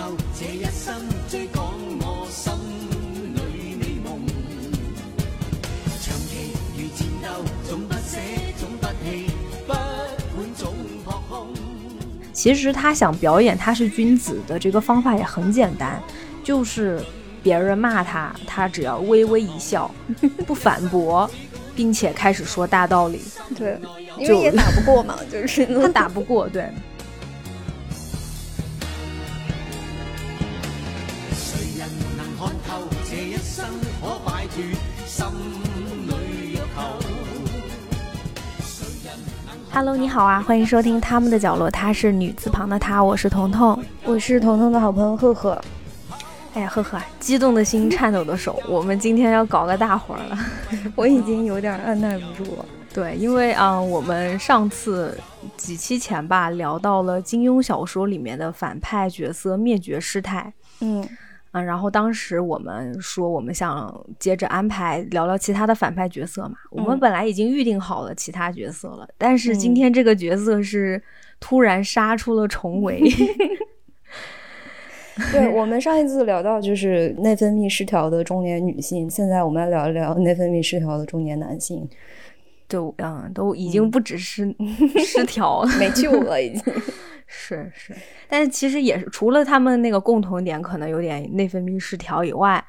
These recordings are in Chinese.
透这一生追赶我心里美梦，长期如战斗，总不舍总不弃，不管总扑空。 其实他想表演他是君子的这个方法也很简单，就是别人骂他，他只要微微一笑，不反驳，并且开始说大道理。 对，因为也打不过嘛，就是他打不过，对。 谁人能看透这一生可摆脱心里欲求 ？Hello， 你好啊，欢迎收听他们的角落，她是女字旁的她，我是彤彤， 我是彤彤的好朋友赫赫。 哎呀，赫赫，激动的心，颤抖的手，我们今天要搞个大活了， 我已经有点按耐不住了。 对，因为我们上次几期前吧聊到了金庸小说里面的反派角色灭绝师太，然后当时我们说我们想接着安排聊聊其他的反派角色嘛，我们本来已经预定好了其他角色了，但是今天这个角色是突然杀出了重围。 对，我们上一次聊到就是内分泌失调的中年女性，现在我们来聊一聊内分泌失调的中年男性。 都已经不只是失调， 没救了已经。 是，但是其实也是除了他们那个共同点可能有点内分泌失调以外，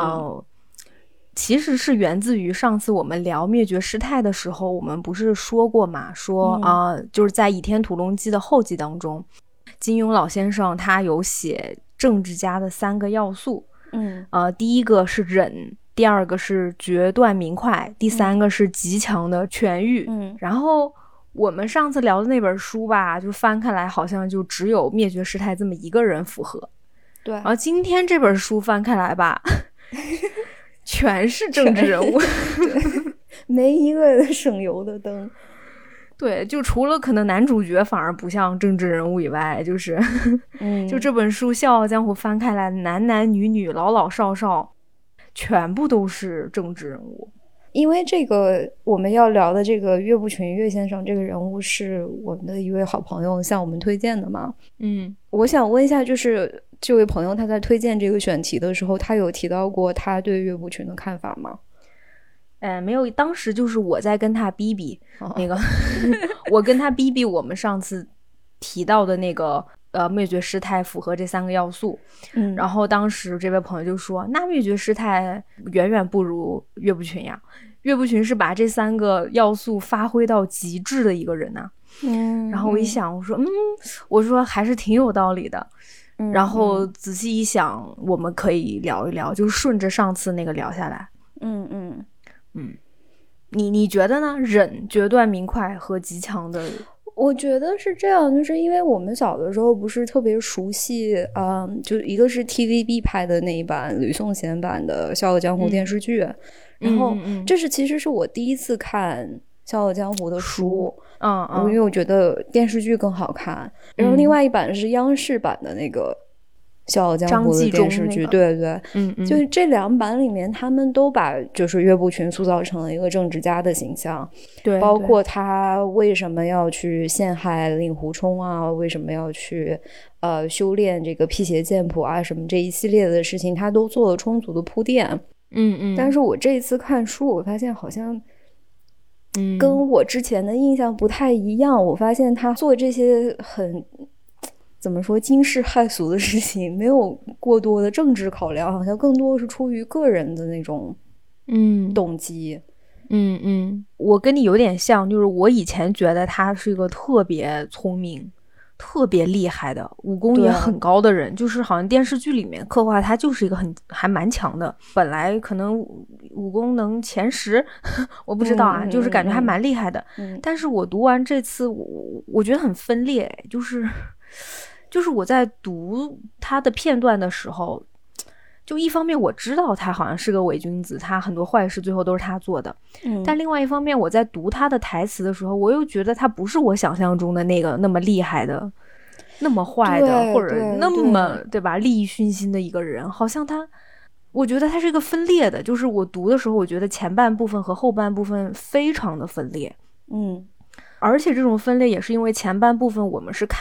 其实是源自于上次我们聊灭绝师太的时候，我们不是说过嘛，说就是在《倚天屠龙记》的后记当中，金庸老先生他有写政治家的3个要素，第一个是忍，第二个是决断明快，第3个是极强的权欲。然后我们上次聊的那本书吧，就翻开来好像就只有灭绝师太这么一个人符合。 对， 然后今天这本书翻开来吧，全是政治人物， 对，没一个省油的灯。 对，就除了可能男主角反而不像政治人物以外，就是就这本书《笑傲江湖》翻开来，男男女女老老少少全部都是政治人物。 因为这个我们要聊的这个岳不群岳先生这个人物是我们的一位好朋友向我们推荐的嘛。我想问一下，就是这位朋友他在推荐这个选题的时候，他有提到过他对岳不群的看法吗？ 没有，当时就是我在跟他逼逼那个我跟他逼逼我们上次提到的那个灭绝师太符合这3个要素，然后当时这位朋友就说，那灭绝师太远远不如岳不群呀，岳不群是把这3个要素发挥到极致的一个人啊。然后我一想，我说还是挺有道理的。然后仔细一想，我们可以聊一聊，就顺着上次那个聊下来。你觉得呢？忍、决断明快和极强的， 我觉得是这样，就是因为我们小的时候不是特别熟悉，就一个是 TVB 拍的那一版吕颂贤版的《笑傲江湖》电视剧，然后这是其实是我第一次看《笑傲江湖》的书，因为我觉得电视剧更好看，然后另外一版是央视版的那个笑傲江湖的电视剧，对，就是这2版里面他们都把就是岳不群塑造成了一个政治家的形象， 对， 包括他为什么要去陷害令狐冲啊，为什么要去修炼这个辟邪剑谱啊，什么这一系列的事情他都做了充足的铺垫。但是我这一次看书，我发现好像跟我之前的印象不太一样，我发现他做这些很怎么说惊世骇俗的事情，没有过多的政治考量，好像更多是出于个人的那种动机。 我跟你有点像，就是我以前觉得他是一个特别聪明特别厉害的武功也很高的人，就是好像电视剧里面刻画他就是一个还蛮强的，本来可能武功能前10我不知道啊，就是感觉还蛮厉害的。但是我读完这次我觉得很分裂，就是我在读他的片段的时候，就一方面我知道他好像是个伪君子，他很多坏事最后都是他做的，但另外一方面我在读他的台词的时候，我又觉得他不是我想象中的那个那么厉害的那么坏的，或者那么 对吧利益熏心的一个人，好像我觉得他是一个分裂的，就是我读的时候我觉得前半部分和后半部分非常的分裂，而且这种分裂也是因为前半部分我们是看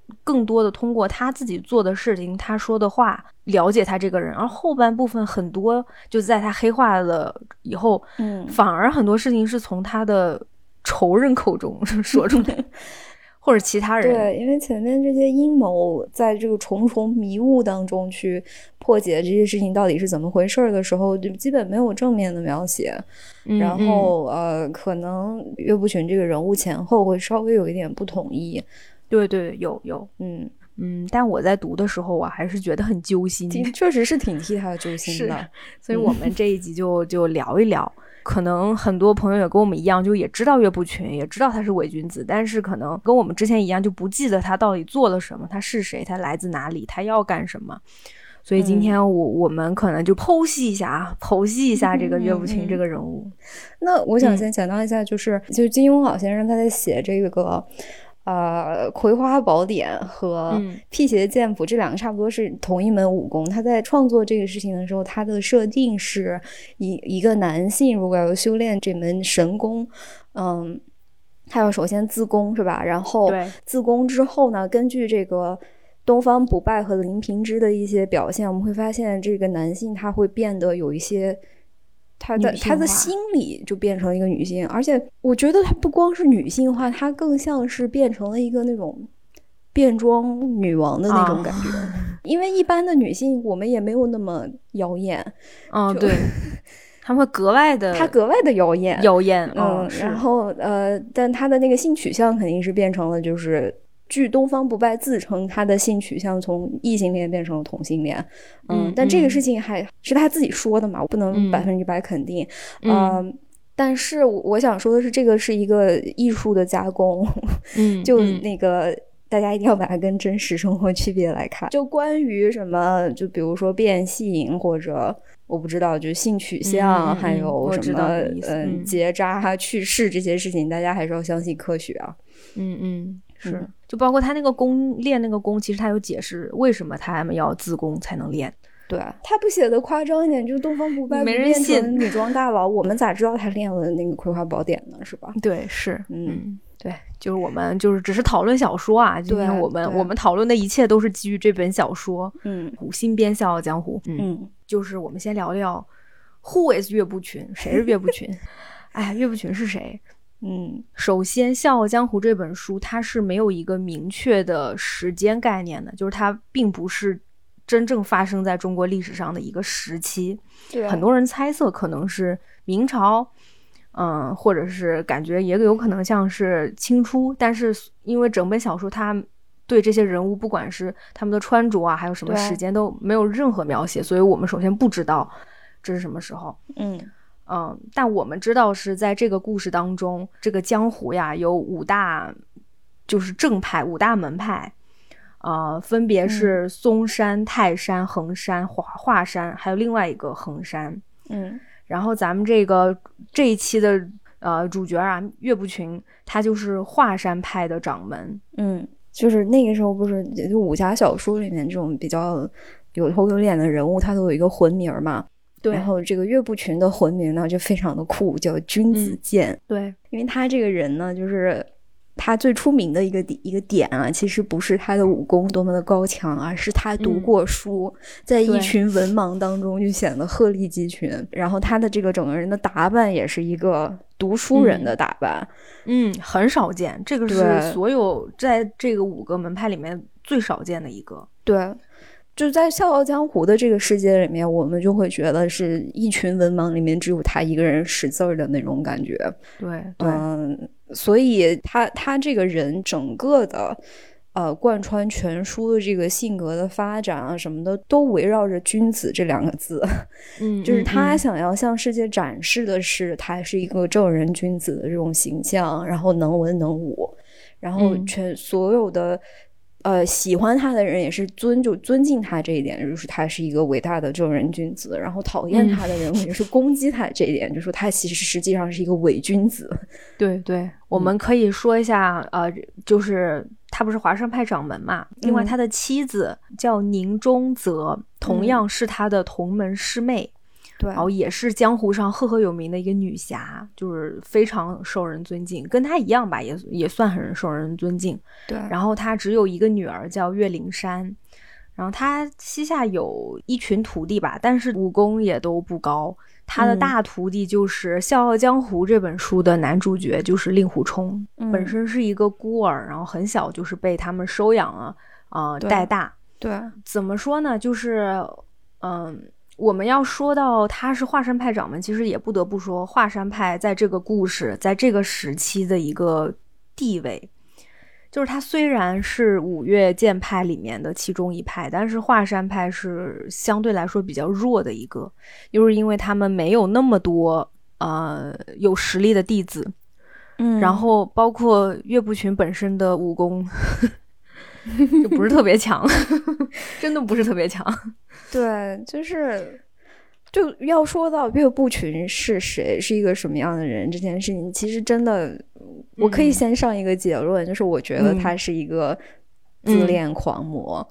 更多的通过他自己做的事情，他说的话了解他这个人，而后半部分很多就在他黑化了以后，反而很多事情是从他的仇人口中说出来或者其他人。 对，因为前面这些阴谋在这个重重迷雾当中去破解这些事情到底是怎么回事的时候，就基本没有正面的描写。然后可能岳不群这个人物前后会稍微有一点不统一。 对对，有但我在读的时候我还是觉得很揪心， 确实是挺替他揪心的。 所以我们这一集就聊一聊。可能很多朋友也跟我们一样，就也知道岳不群，也知道他是伪君子，但是可能跟我们之前一样，就不记得他到底做了什么，他是谁，他来自哪里，他要干什么。所以今天我们可能就剖析一下这个岳不群这个人物。 那我想先讲到一下，就是金庸老先生他在写这个葵花宝典和辟邪剑谱这两个差不多是同一门武功。他在创作这个事情的时候，他的设定是一个男性如果要修炼这门神功，他要首先自宫是吧？然后自宫之后呢，根据这个东方不败和林平之的一些表现，我们会发现这个男性他会变得有一些他的心理就变成了一个女性，而且我觉得他不光是女性化，他更像是变成了一个那种变装女王的那种感觉。因为一般的女性我们也没有那么妖艳。 对，他们会格外的妖艳。然后但他的那个性取向肯定是变成了，就是据东方不败自称，他的性取向从异性恋变成了同性恋。但这个事情还是他自己说的嘛，我不能100%肯定。但是我想说的是，这个是一个艺术的加工。就那个大家一定要把它跟真实生活区别来看。就关于什么，就比如说变性或者我不知道，就性取向，还有什么结扎、去世这些事情，大家还是要相信科学啊。 是，就包括他那个功练那个功，其实他有解释为什么他们要自宫才能练。 对，他不写的夸张一点，就是东方不败没人信女装大佬，我们咋知道他练了那个葵花宝典呢？是吧？ 对，是，对，就是我们就是只是讨论小说啊。今天我们讨论的一切都是基于这本小说。古新编《笑傲江湖》。就是我们先聊聊 Who is 岳不群，谁是岳不群？哎，岳不群是谁？首先《笑傲江湖》这本书它是没有一个明确的时间概念的，就是它并不是真正发生在中国历史上的一个时期。很多人猜测可能是明朝，或者是感觉也有可能像是清初，但是因为整本小说它对这些人物不管是他们的穿着啊还有什么时间都没有任何描写，所以我们首先不知道这是什么时候。但我们知道是在这个故事当中，这个江湖呀有5大就是正派5大门派，分别是嵩山、泰山、衡山、华山，还有另外一个衡山。然后咱们这一期的主角啊岳不群，他就是华山派的掌门。 就是那个时候不是就武侠小说里面这种比较有头有脸的人物，他都有一个魂名嘛。然后这个岳不群的魂名呢就非常的酷，叫君子剑。 对， 因为他这个人呢，就是他最出名的一个点啊，其实不是他的武功多么的高强，而是他读过书，在一群文盲当中就显得鹤立鸡群。然后他的这个整个人的打扮也是一个读书人的打扮。 很少见，这个是所有在这个5个门派里面最少见的一个。 对，就在《笑傲江湖》的这个世界里面，我们就会觉得是一群文盲里面只有他一个人识字儿的那种感觉。 对， 所以他这个人整个的贯穿全书的这个性格的发展啊什么的，都围绕着君子这2个字。就是他想要向世界展示的是他是一个正人君子的这种形象，然后能文能武，然后所有的喜欢他的人也是尊敬他这一点，就是他是一个伟大的正人君子。然后讨厌他的人也是攻击他这一点，就是说他实际上是一个伪君子。 对，我们可以说一下就是他不是华山派掌门嘛，另外他的妻子叫宁中则，同样是他的同门师妹。 对， 然后也是江湖上赫赫有名的一个女侠，就是非常受人尊敬，跟她一样吧，也算很受人尊敬。 对， 然后她只有一个女儿叫岳灵珊，然后她膝下有一群徒弟吧，但是武功也都不高。她的大徒弟就是《笑傲江湖》这本书的男主角，就是令狐冲，本身是一个孤儿，然后很小就是被他们收养了，带大。 对， 怎么说呢？就是我们要说到他是华山派掌门，其实也不得不说华山派在这个故事在这个时期的一个地位，就是他虽然是五岳剑派里面的其中一派，但是华山派是相对来说比较弱的一个，就是因为他们没有那么多有实力的弟子，然后包括岳不群本身的武功就不是特别强真的不是特别强。 对，就要说到岳不群是谁，是一个什么样的人这件事情，其实真的我可以先上一个结论，就是我觉得他是一个自恋狂魔。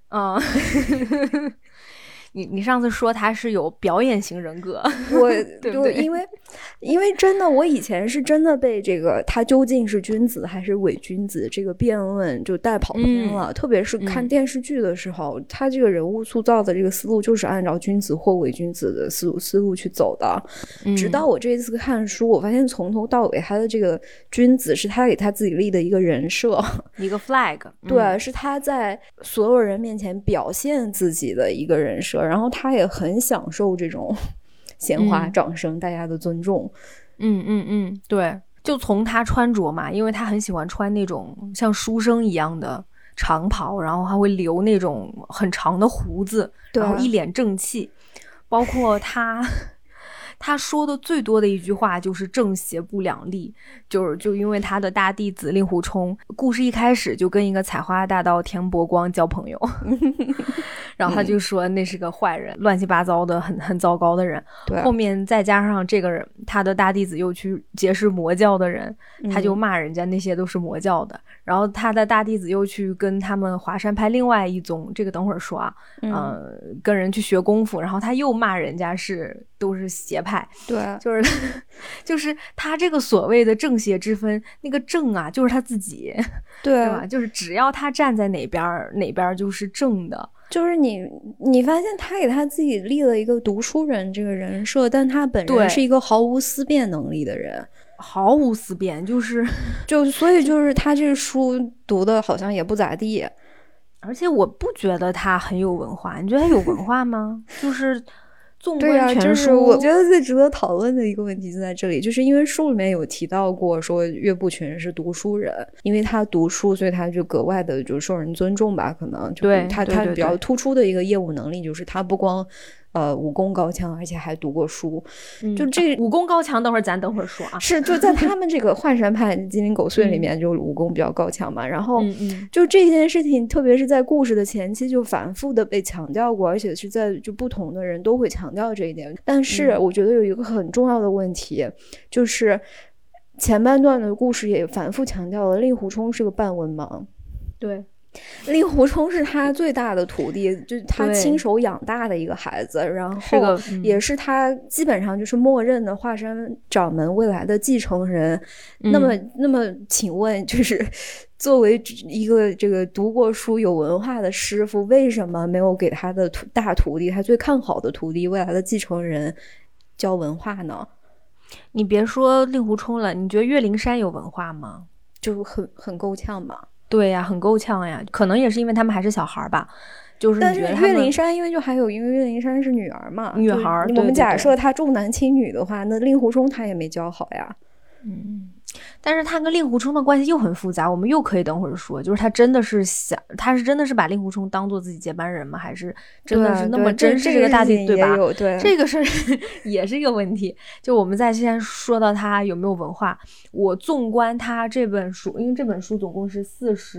你上次说他是有表演型人格， 对不对？因为真的，我以前是真的被这个他究竟是君子还是伪君子这个辩论就带跑偏了。特别是看电视剧的时候，他这个人物塑造的这个思路就是按照君子或伪君子的思路去走的。直到我这一次看书，我发现从头到尾他的这个君子是他给他自己立的一个人设， 一个 flag。 对，是他在所有人面前表现自己的一个人设。然后他也很享受这种鲜花、掌声、大家的尊重。 对，就从他穿着嘛，因为他很喜欢穿那种像书生一样的长袍，然后还会留那种很长的胡子，然后一脸正气。包括他说的最多的一句话就是正邪不两立，就因为他的大弟子令狐冲，故事一开始就跟一个采花大盗田伯光交朋友然后他就说那是个坏人，乱七八糟的很糟糕的人。后面再加上这个人他的大弟子又去结识魔教的人，他就骂人家那些都是魔教的。然后他的大弟子又去跟他们华山派另外一宗，这个等会儿说啊，跟人去学功夫，然后他又骂人家都是邪派。 对， 就是他这个所谓的正邪之分，那个正啊就是他自己，对吧？就是只要他站在哪边就是正的。 就是你发现他给他自己立了一个读书人这个人设，但他本人是一个毫无思辨能力的人， 毫无思辨， 所以就是他这个书读的好像也不咋地。 而且我不觉得他很有文化，你觉得他有文化吗？就是纵对啊， 观全书， 就是我觉得最值得讨论的一个问题就在这里，就是因为书里面有提到过说岳不群是读书人，因为他读书，所以他就格外的就受人尊重吧，可能就他比较突出的一个业务能力就是他不光武功高强，而且还读过书。就这武功高强，等会儿说啊。 是就在他们这个华山派鸡零狗碎里面，就武功比较高强嘛。然后就这件事情，特别是在故事的前期就反复的被强调过，而且是在就不同的人都会强调这一点。但是我觉得有一个很重要的问题，就是前半段的故事也反复强调了令狐冲是个半文盲。 对。 令狐冲是他最大的徒弟，就是他亲手养大的一个孩子，然后也是他基本上就是默认的华山掌门未来的继承人。那么请问，就是作为一个这个读过书有文化的师傅，为什么没有给他的大徒弟，他最看好的徒弟未来的继承人教文化呢？ 你别说令狐冲了，你觉得岳灵珊有文化吗？ 就很够呛嘛。 对呀，很够呛呀，可能也是因为他们还是小孩吧。就是但是岳灵珊因为岳灵珊是女儿嘛， 女孩， 我们假设她重男轻女的话，那令狐冲他也没教好呀。 但是他跟令狐冲的关系又很复杂，我们又可以等会儿说，就是他真的是把令狐冲当做自己接班人吗？还是真的是那么珍视这个大弟，对吧？ 对， 这个事儿也是一个问题。就我们在先说到他有没有文化，我纵观他这本书，因为这本书总共是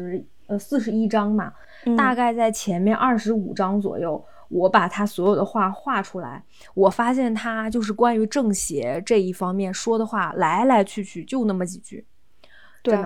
41章嘛，大概在前面25章左右，我把他所有的话画出来，我发现他就是关于正邪这一方面说的话来来去去就那么几句。 对，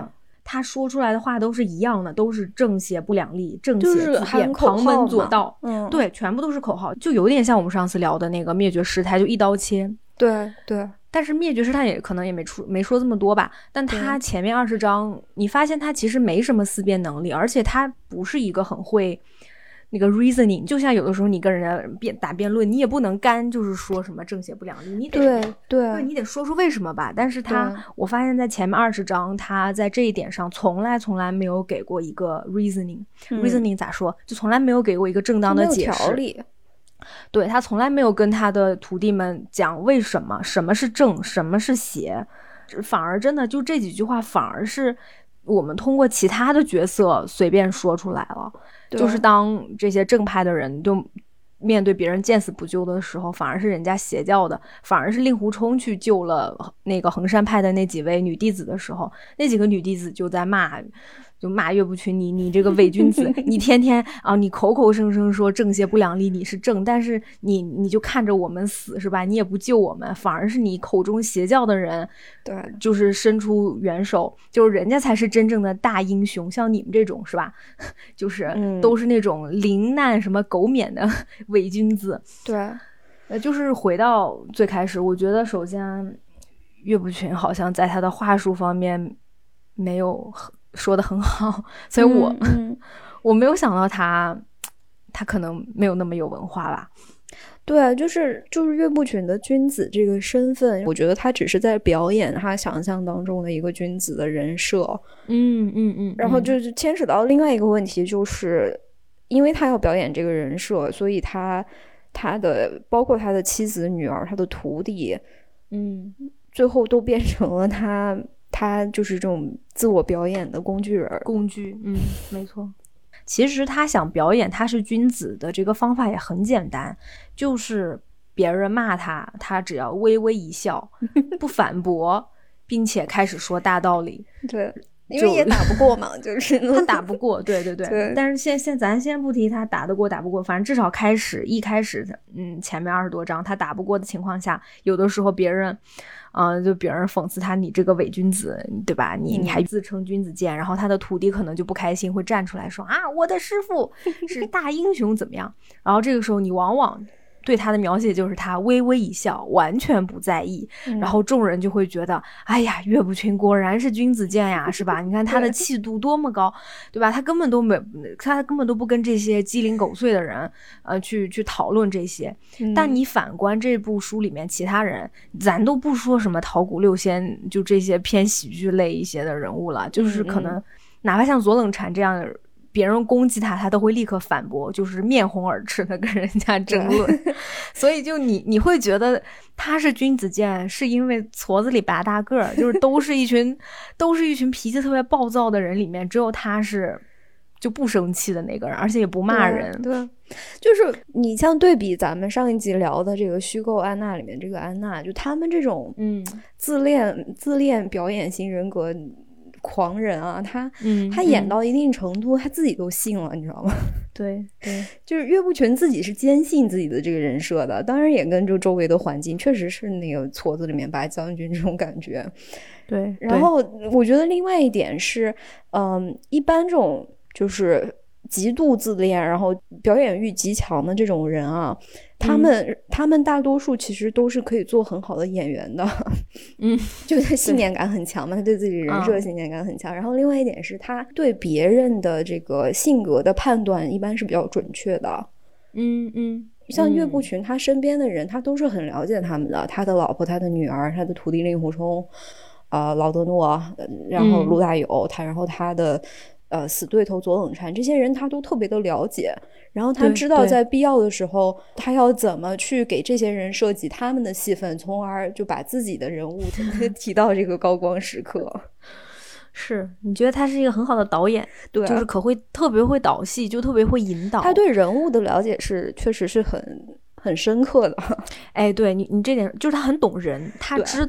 他说出来的话都是一样的，都是正邪不两立，正邪自辩，旁门左道。对，全部都是口号，就有点像我们上次聊的那个灭绝师，他就一刀切。 对对。 但是灭绝师他也可能也没说这么多吧，但他前面20章你发现他其实没什么思辨能力，而且他不是一个很会那个 reasoning， 就像有的时候你跟人家打辩论，你也不能干就是说什么正邪不两立，你得对你得说出为什么吧。但是我发现在前面20章他在这一点上从来没有给过一个 reasoning，reasoning 咋说，就从来没有给过一个正当的解释。对，他从来没有跟他的徒弟们讲为什么什么是正什么是邪，反而真的就这几句话反而是我们通过其他的角色随便说出来了。就是当这些正派的人就面对别人见死不救的时候，反而是人家邪教的，反而是令狐冲去救了那个衡山派的那几位女弟子的时候，那几个女弟子就在骂岳不群，你这个伪君子，你天天啊，你口口声声说正邪不两立，你是正，但是你就看着我们死是吧？你也不救我们，反而是你口中邪教的人， 对， 就是伸出援手，就是人家才是真正的大英雄，像你们这种是吧？就是都是那种临难什么狗免的伪君子。 对， 就是回到最开始，我觉得首先岳不群好像在他的话术方面没有说得很好，所以我没有想到他可能没有那么有文化吧。 对，就是岳不群的君子这个身份，我觉得他只是在表演他想象当中的一个君子的人设。然后就是牵扯到另外一个问题，就是因为他要表演这个人设，所以他的包括他的妻子女儿他的徒弟最后都变成了他就是这种自我表演的工具。 没错。其实他想表演他是君子的这个方法也很简单，就是别人骂他只要微微一笑不反驳，并且开始说大道理。 对，因为也打不过嘛，就是他打不过，对。但是咱先不提他打得过打不过，反正至少一开始前面20多章他打不过的情况下，有的时候别人就别人讽刺他，你这个伪君子，对吧？你还自称君子剑，然后他的徒弟可能就不开心，会站出来说啊，我的师父是大英雄怎么样？然后这个时候你往往对他的描写就是他微微一笑，完全不在意，然后众人就会觉得哎呀，岳不群果然是君子剑呀，是吧？你看他的气度多么高，对吧？他根本都不跟这些鸡零狗碎的人去讨论这些。但你反观这部书里面其他人，咱都不说什么桃谷六仙，就这些偏喜剧类一些的人物了，就是可能哪怕像左冷禅这样别人攻击他都会立刻反驳，就是面红耳赤的跟人家争论。所以就你会觉得他是君子剑，是因为矬子里拔大个儿，就是都是一群脾气特别暴躁的人里面，只有他是就不生气的那个人，而且也不骂人。 对，就是你像对比咱们上一集聊的这个虚构安娜里面这个安娜，就他们这种自恋表演型人格狂人啊，他演到一定程度他自己都信了，你知道吗？ 对， 就是岳不群自己是坚信自己的这个人设的，当然也跟这周围的环境确实是那个矬子里面拔将军这种感觉。 对， 然后我觉得另外一点是一般这种就是极度自恋然后表演欲极强的这种人啊，他们大多数其实都是可以做很好的演员的。就是他信念感很强嘛，他对自己人设信念感很强。然后另外一点是他对别人的这个性格的判断一般是比较准确的。像岳不群他身边的人他都是很了解他们的，他的老婆他的女儿他的徒弟令狐冲劳德诺，然后陆大有然后他的死对头左冷禅，这些人他都特别的了解，然后他知道在必要的时候他要怎么去给这些人设计他们的戏份，从而就把自己的人物提到这个高光时刻。 是，你觉得他是一个很好的导演？ 对， 就是特别会导戏，就特别会引导。 他对人物的了解是确实是很深刻的。 哎，对你这点就是他很懂人，他知道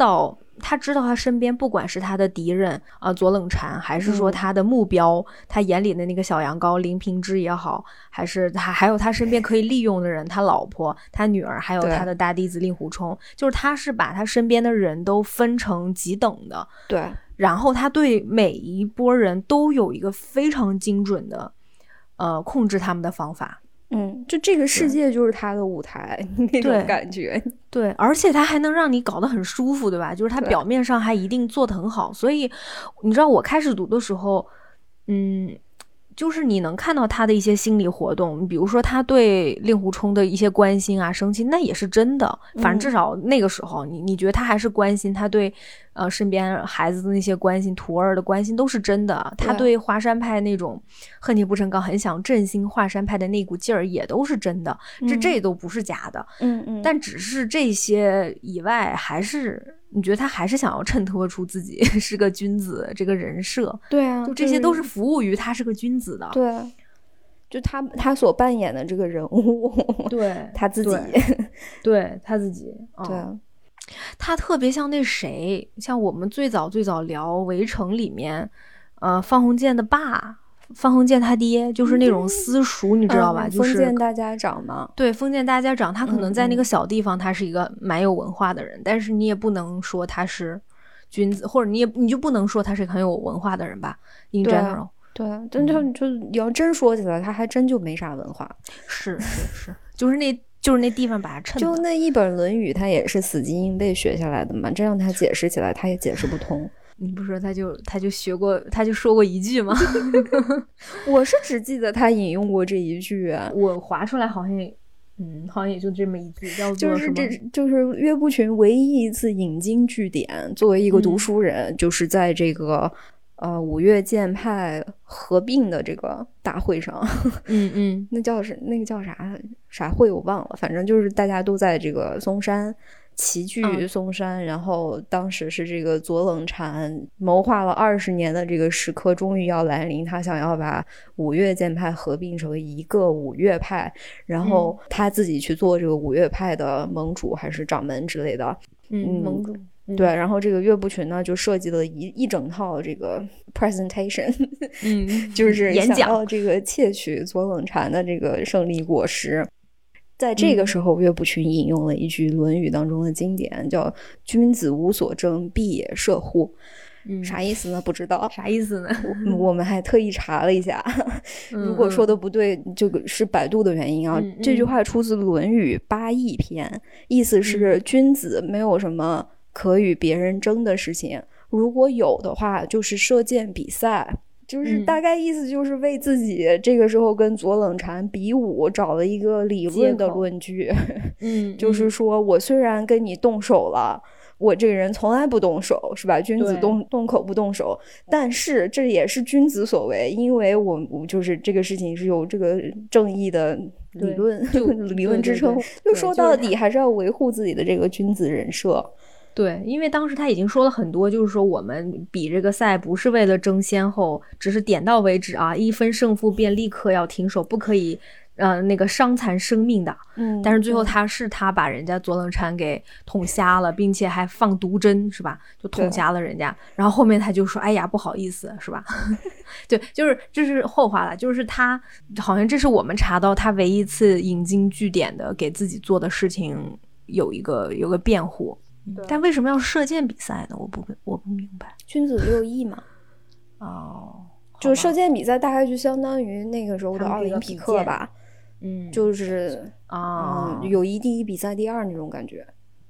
他知道他身边不管是他的敌人左冷禅，还是说他的目标，他眼里的那个小羊羔林平之也好，还是还有他身边可以利用的人，他老婆他女儿，还有他的大弟子令狐冲，就是他是把他身边的人都分成几等的， 对， 然后他对每一波人都有一个非常精准的控制他们的方法。 就这个世界就是他的舞台那种感觉。 对，而且他还能让你搞得很舒服，对吧？就是他表面上还一定做得很好，所以你知道我开始读的时候，就是你能看到他的一些心理活动，比如说他对令狐冲的一些关心啊、生气，那也是真的。反正至少那个时候，你觉得他还是关心，他对身边孩子的那些关心、徒儿的关心都是真的。他对华山派那种恨铁不成钢、很想振兴华山派的那股劲儿也都是真的，这都不是假的。但只是这些以外，还是你觉得他还是想要衬托出自己是个君子这个人设。 对啊， 就这些都是服务于他是个君子的。 对，就他所扮演的这个人物， 对他自己， 对他自己， 对， 他特别像那谁，像我们最早聊《围城》里面，方鸿渐的爸。方鸿渐他爹就是那种私塾，你知道吧？就是封建大家长嘛。 对，封建大家长，他可能在那个小地方，他是一个蛮有文化的人，但是你也不能说他是君子，或者你就不能说他是很有文化的人吧 ？In general， 对，但就你要真说起来，他还真就没啥文化。 是，就是那地方把他衬的。 就那一本《论语》，他也是死记硬背学下来的嘛，这让他解释起来，他也解释不通。 你不说他就学过，他就说过一句吗？ 我是只记得他引用过这一句， 我划出来好像也就这么一句，叫做什么？ 就是岳不群唯一一次引经据典，作为一个读书人，就是在这个五岳剑派合并的这个大会上，那个叫啥会我忘了，反正就是大家都在这个嵩山。齐聚嵩山，然后当时是这个左冷禅谋划了20年的这个时刻终于要来临，他想要把五岳剑派合并成一个五岳派，然后他自己去做这个五岳派的盟主还是掌门之类的。 盟主。 对，然后这个岳不群呢就设计了一整套这个 presentation， 就是想要这个窃取左冷禅的这个胜利果实。在这个时候，岳不群引用了一句《论语》当中的经典，叫“君子无所争，必也射乎”。啥意思呢？不知道。 啥意思呢？ 我们还特意查了一下，如果说的不对，就是百度的原因啊。这句话出自《论语·八佾篇》，意思是君子没有什么可与别人争的事情，如果有的话，就是射箭比赛。就是大概意思就是为自己这个时候跟左冷禅比武找了一个理论的论据。就是说我虽然跟你动手了，我这个人从来不动手，是吧？君子动口不动手，但是这也是君子所为，因为我就是这个事情是有这个正义的理论理论支撑，就说到底还是要维护自己的这个君子人设。 对，因为当时他已经说了很多，就是说我们比这个赛不是为了争先后，只是点到为止啊，一分胜负便立刻要停手，不可以那个伤残生命的。但是最后他把人家左冷禅给捅瞎了，并且还放毒针，是吧？就捅瞎了人家。然后后面他就说：“哎呀，不好意思，是吧？”对，就是这是后话了。就是他好像这是我们查到他唯一一次引经据典的给自己做的事情有个辩护。但为什么要射箭比赛呢？我不明白。 君子6艺嘛。就射箭比赛大概就相当于那个时候的奥林匹克吧。就是友谊第一，比赛第二那种感觉。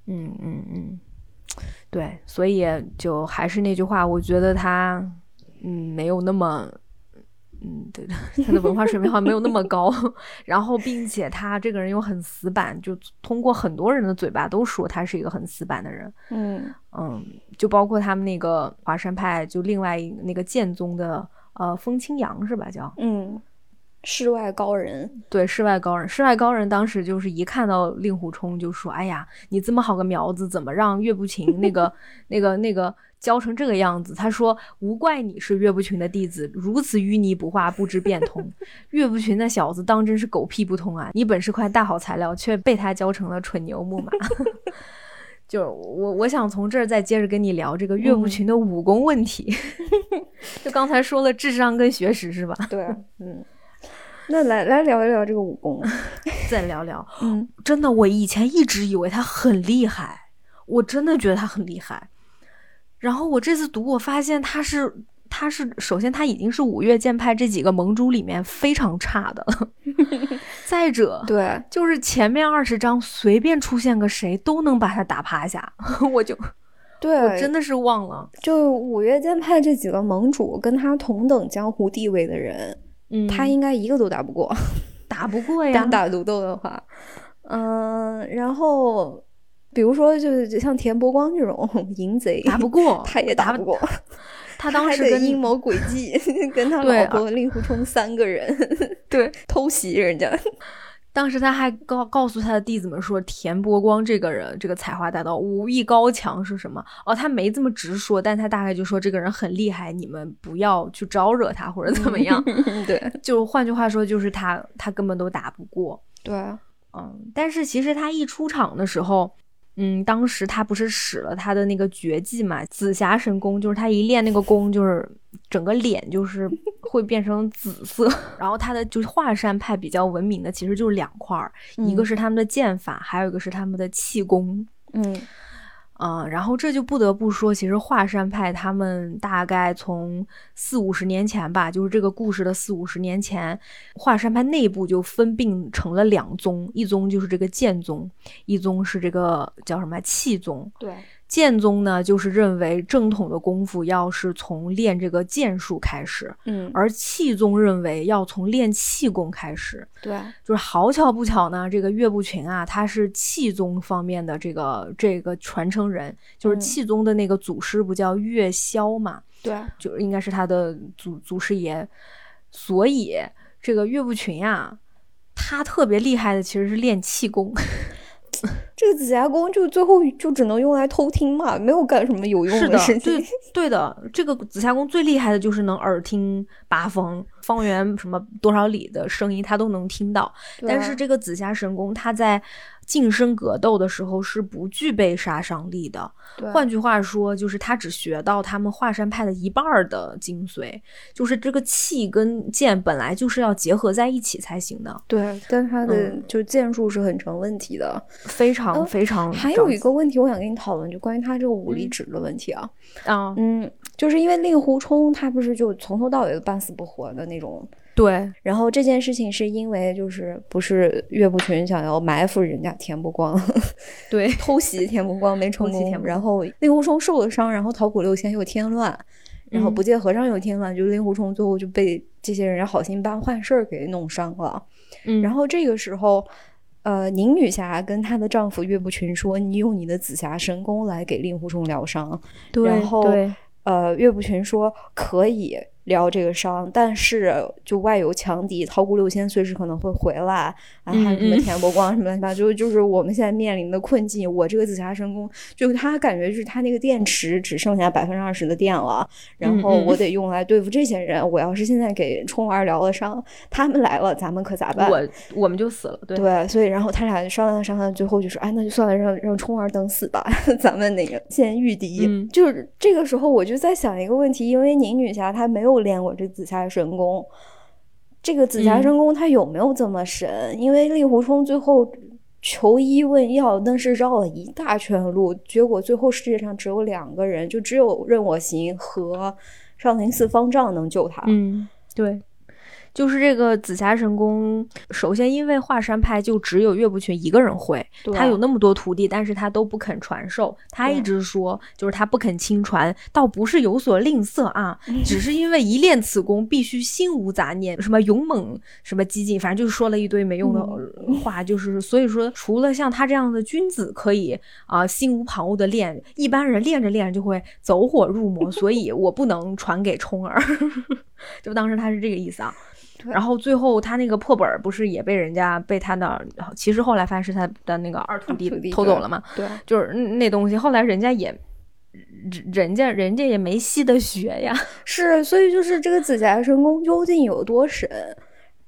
对，所以就还是那句话，我觉得他没有那么。对，他的文化水平好像没有那么高，然后并且他这个人又很死板，就通过很多人的嘴巴都说他是一个很死板的人。就包括他们那个华山派，就另外那个剑宗的风清扬是吧？叫世外高人。 对，世外高人当时就是一看到令狐冲就说：“哎呀，你这么好个苗子，怎么让岳不群那个教成这个样子？”他说：“无怪你是岳不群的弟子，如此淤泥不化，不知变通。岳不群那小子当真是狗屁不通啊！你本是块大好材料，却被他教成了蠢牛木马。” 就是我想从这儿再接着跟你聊这个岳不群的武功问题。就刚才说了智商跟学识是吧？ 对，那来聊一聊这个武功， 再聊聊。真的，我以前一直以为他很厉害，我真的觉得他很厉害。然后我这次读，我发现他是首先他已经是五岳剑派这几个盟主里面非常差的了。再者， 对， 就是前面20章随便出现个谁都能把他打趴下。我真的是忘了， 就五岳剑派这几个盟主跟他同等江湖地位的人，他应该一个都打不过， 打不过呀。 单打独斗的话，然后比如说就像田伯光这种淫贼， 打不过， 他也打不过。 他当时跟阴谋诡计，跟他老婆令狐冲3个人对偷袭人家。 当时他还告诉他的弟子们说，田伯光这个人，这个采花大盗武艺高强是什么？他没这么直说，但他大概就说这个人很厉害，你们不要去招惹他或者怎么样。 对， 就换句话说，就是他根本都打不过。 对， 但是其实他一出场的时候。当时他不是使了他的那个绝技嘛，紫霞神功，就是他一练那个功，就是整个脸就是会变成紫色。然后他的就是华山派比较闻名的其实就是2块，一个是他们的剑法，还有一个是他们的气功。然后这就不得不说，其实华山派他们大概从40-50年前吧，就是这个故事的40-50年前，华山派内部就分并成了2宗，一宗就是这个剑宗，一宗是这个叫什么气宗。 对， 剑宗呢就是认为正统的功夫要是从练这个剑术开始，而气宗认为要从练气功开始。 对， 就是好巧不巧呢，这个岳不群啊，他是气宗方面的这个传承人，就是气宗的那个祖师不叫岳霄嘛？ 对， 就应该是他的祖师爷。所以这个岳不群啊，他特别厉害的其实是练气功。 这个紫霞功就最后就只能用来偷听嘛，没有干什么有用的事情。 对的，这个紫霞功最厉害的就是能耳听八方，方圆什么多少里的声音他都能听到。但是这个紫霞神功，它在近身格斗的时候是不具备杀伤力的。换句话说，就是他只学到他们华山派的一半的精髓，就是这个气跟剑本来就是要结合在一起才行的。 对，但他的就剑术是很成问题的， 非常非常。 还有一个问题我想跟你讨论，就关于他这个武力值的问题啊。就是因为令狐冲他不是就从头到尾都半死不活的那种。 对， 然后这件事情是因为就是不是岳不群想要埋伏人家田伯光， 对， 偷袭田伯光没成功，然后令狐冲受了伤，然后桃谷六仙又添乱，然后不见和尚又添乱，就令狐冲最后就被这些人好心办坏事给弄伤了。然后这个时候宁女侠跟她的丈夫岳不群说，你用你的紫霞神功来给令狐冲疗伤。然后岳不群说可以疗这个伤，但是就外有强敌，桃谷六仙随时可能会回来，还有什么田伯光什么乱七八糟，就是我们现在面临的困境。我这个紫霞神功，就他感觉就是他那个电池只剩下20%的电了，然后我得用来对付这些人。我要是现在给冲儿疗了伤，他们来了，咱们可咋办？ 我们就死了。 对，所以然后他俩商量，最后就说，哎，那就算了，让冲儿等死吧，咱们那个先御敌。就是这个时候我就在想一个问题，因为宁女侠她没有练过这紫霞神功，这个紫霞神功她有没有这么神？因为令狐冲最后求医问药，但是绕了一大圈路，结果最后世界上只有2个人，就只有任我行和少林寺方丈能救他。 对，就是这个紫霞神功，首先因为华山派就只有岳不群一个人会，他有那么多徒弟，但是他都不肯传授。他一直说就是他不肯亲传，倒不是有所吝啬啊，只是因为一练此功必须心无杂念，什么勇猛什么激进，反正就是说了一堆没用的话。就是所以说除了像他这样的君子可以心无旁骛的练，一般人练着练着就会走火入魔，所以我不能传给冲儿。就当时他是这个意思啊。然后最后他那个破本不是也被他的，其实后来发现是他的那个二徒弟偷走了嘛？ 对， 就是那东西后来人家也没戏的学呀。 是，所以就是这个紫霞神功究竟有多神？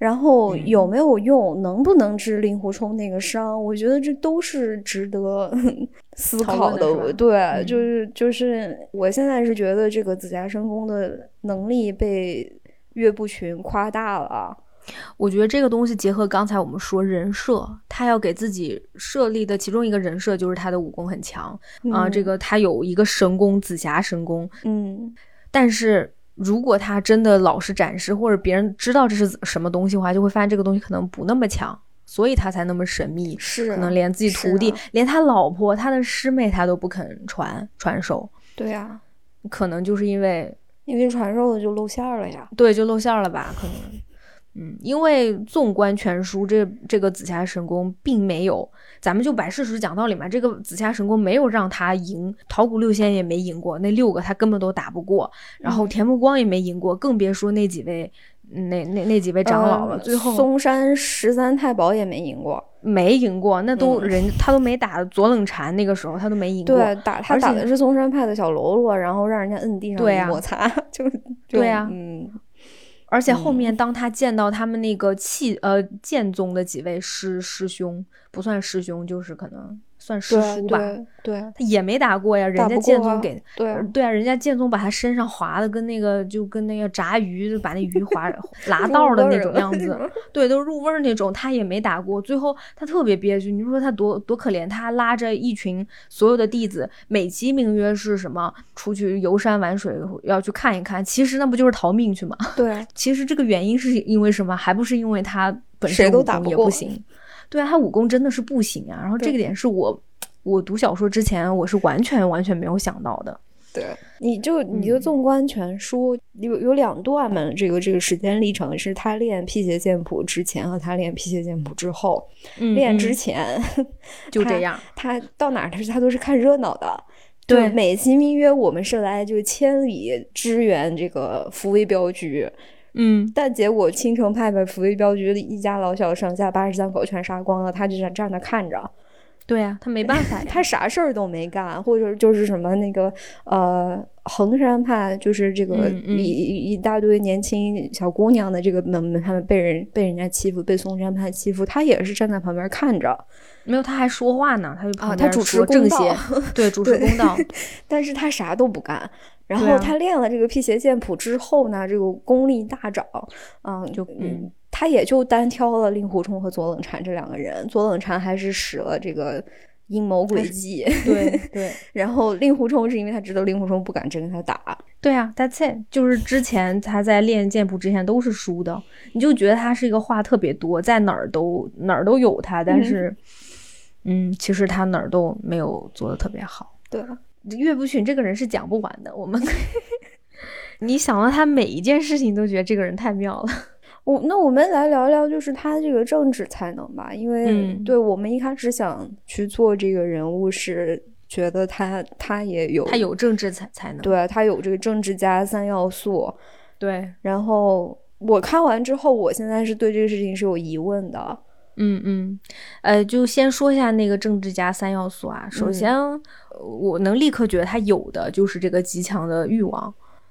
然后有没有用，能不能治令狐冲那个伤，我觉得这都是值得思考的。对，就是我现在是觉得这个紫霞神功的能力被岳不群夸大了。 我觉得这个东西结合刚才我们说人设，他要给自己设立的其中一个人设就是他的武功很强这个他有一个神功紫霞神功，但是如果他真的老是展示，或者别人知道这是什么东西的话，就会发现这个东西可能不那么强，所以他才那么神秘， 是可能连自己徒弟连他老婆他的师妹他都不肯传授。 对啊， 可能就是因为传授的就露馅了呀。 对，就露馅了吧，可能因为纵观全书，这个紫霞神功并没有，咱们就摆事实讲道理嘛，这个紫霞神功没有让他赢，桃谷六仙也没赢过，那6个他根本都打不过，然后田目光也没赢过，更别说那几位那几位长老了。最后嵩山13太保也没赢过， 那都他都没打左冷禅，那个时候他都没赢过。 对，他打的是嵩山派的小喽啰，然后让人家摁地上一摩擦， 对啊，而且后面当他见到他们那个剑宗的几位师兄，不算师兄，就是可能算师叔吧， 对， 他也没打过呀，人家剑宗给对啊，人家剑宗把他身上划的跟那个炸鱼，就把那鱼划拉道的那种样子，对，都入味儿那种，他也没打过，最后他特别憋屈，你说他多可怜，他拉着一群所有的弟子，美其名曰是什么出去游山玩水，要去看一看，其实那不就是逃命去吗？ 对， 其实这个原因是因为什么？还不是因为他本身武功也不行。对啊，他武功真的是不行啊，然后这个点是我读小说之前我是完全没有想到的。 对，你就纵观全书，有2段嘛，这个时间历程是他练辟邪剑谱之前和他练辟邪剑谱之后。练之前就这样， 他到哪儿他都是看热闹的。 对， 美其名曰我们是来就千里支援这个福威镖局。但结果青城派把福威镖局的一家老小上下83口全杀光了，他就站那看着。 对啊，他没办法呀， 他啥事儿都没干，或者就是什么那个衡山派，就是这个一大堆年轻小姑娘的这个他们被人家欺负，被嵩山派欺负，他也是站在旁边看着。 没有，他还说话呢，他就旁边他主持公道， 对，主持公道。 但是他啥都不干。然后他练了这个辟邪剑谱之后呢，这个功力大涨，他也就单挑了令狐冲和左冷禅这2个人，左冷禅还是使了这个阴谋诡计， 对然后令狐冲是因为他知道令狐冲不敢真跟他打。 对啊 that's it， 就是之前他在练剑谱之前都是输的，你就觉得他是一个话特别多，在哪儿都有他，但是其实他哪儿都没有做得特别好。 对， 岳不群这个人是讲不完的，我们你想到他每一件事情都觉得这个人太妙了。 那我们来聊聊就是他这个政治才能吧，因为对我们一开始想去做这个人物是觉得他也有政治才能， 对，他有这个政治家3要素。 对， 然后我看完之后，我现在是对这个事情是有疑问的。 就先说一下那个政治家3要素啊。首先，我能立刻觉得他有的就是这个极强的欲望，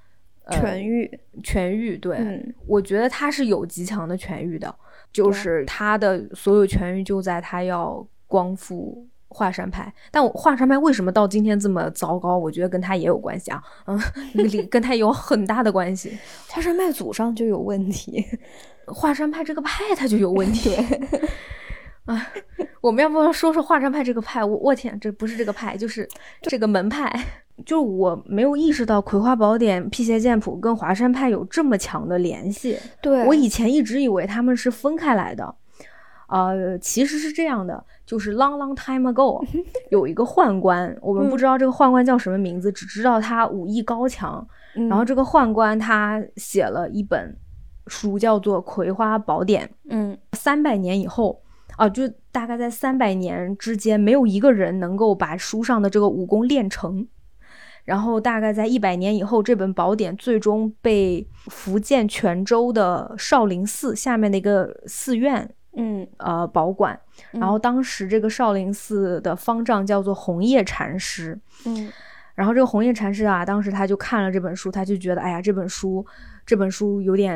权欲。对，我觉得他是有极强的权欲的，就是他的所有权欲就在他要光复华山派。但华山派为什么到今天这么糟糕，我觉得跟他也有关系啊。跟他有很大的关系。 华山派祖上就有问题， 华山派这个派他就有问题。我们要不要说华山派这个派？我天，这不是这个派，就是这个门派。就是我没有意识到《葵花宝典》辟邪剑谱跟华山派有这么强的联系。 对， 我以前一直以为他们是分开来的。其实是这样的，就是 long time ago 有一个宦官，我们不知道这个宦官叫什么名字，只知道他武艺高强。然后这个宦官他写了一本书叫做《葵花宝典》。300年以后就大概在300年之间，没有一个人能够把书上的这个武功练成。然后大概在100年以后，这本宝典最终被福建泉州的少林寺下面的一个寺院保管。然后当时这个少林寺的方丈叫做红叶禅师。然后这个红叶禅师啊，当时他就看了这本书，他就觉得哎呀，这本书有点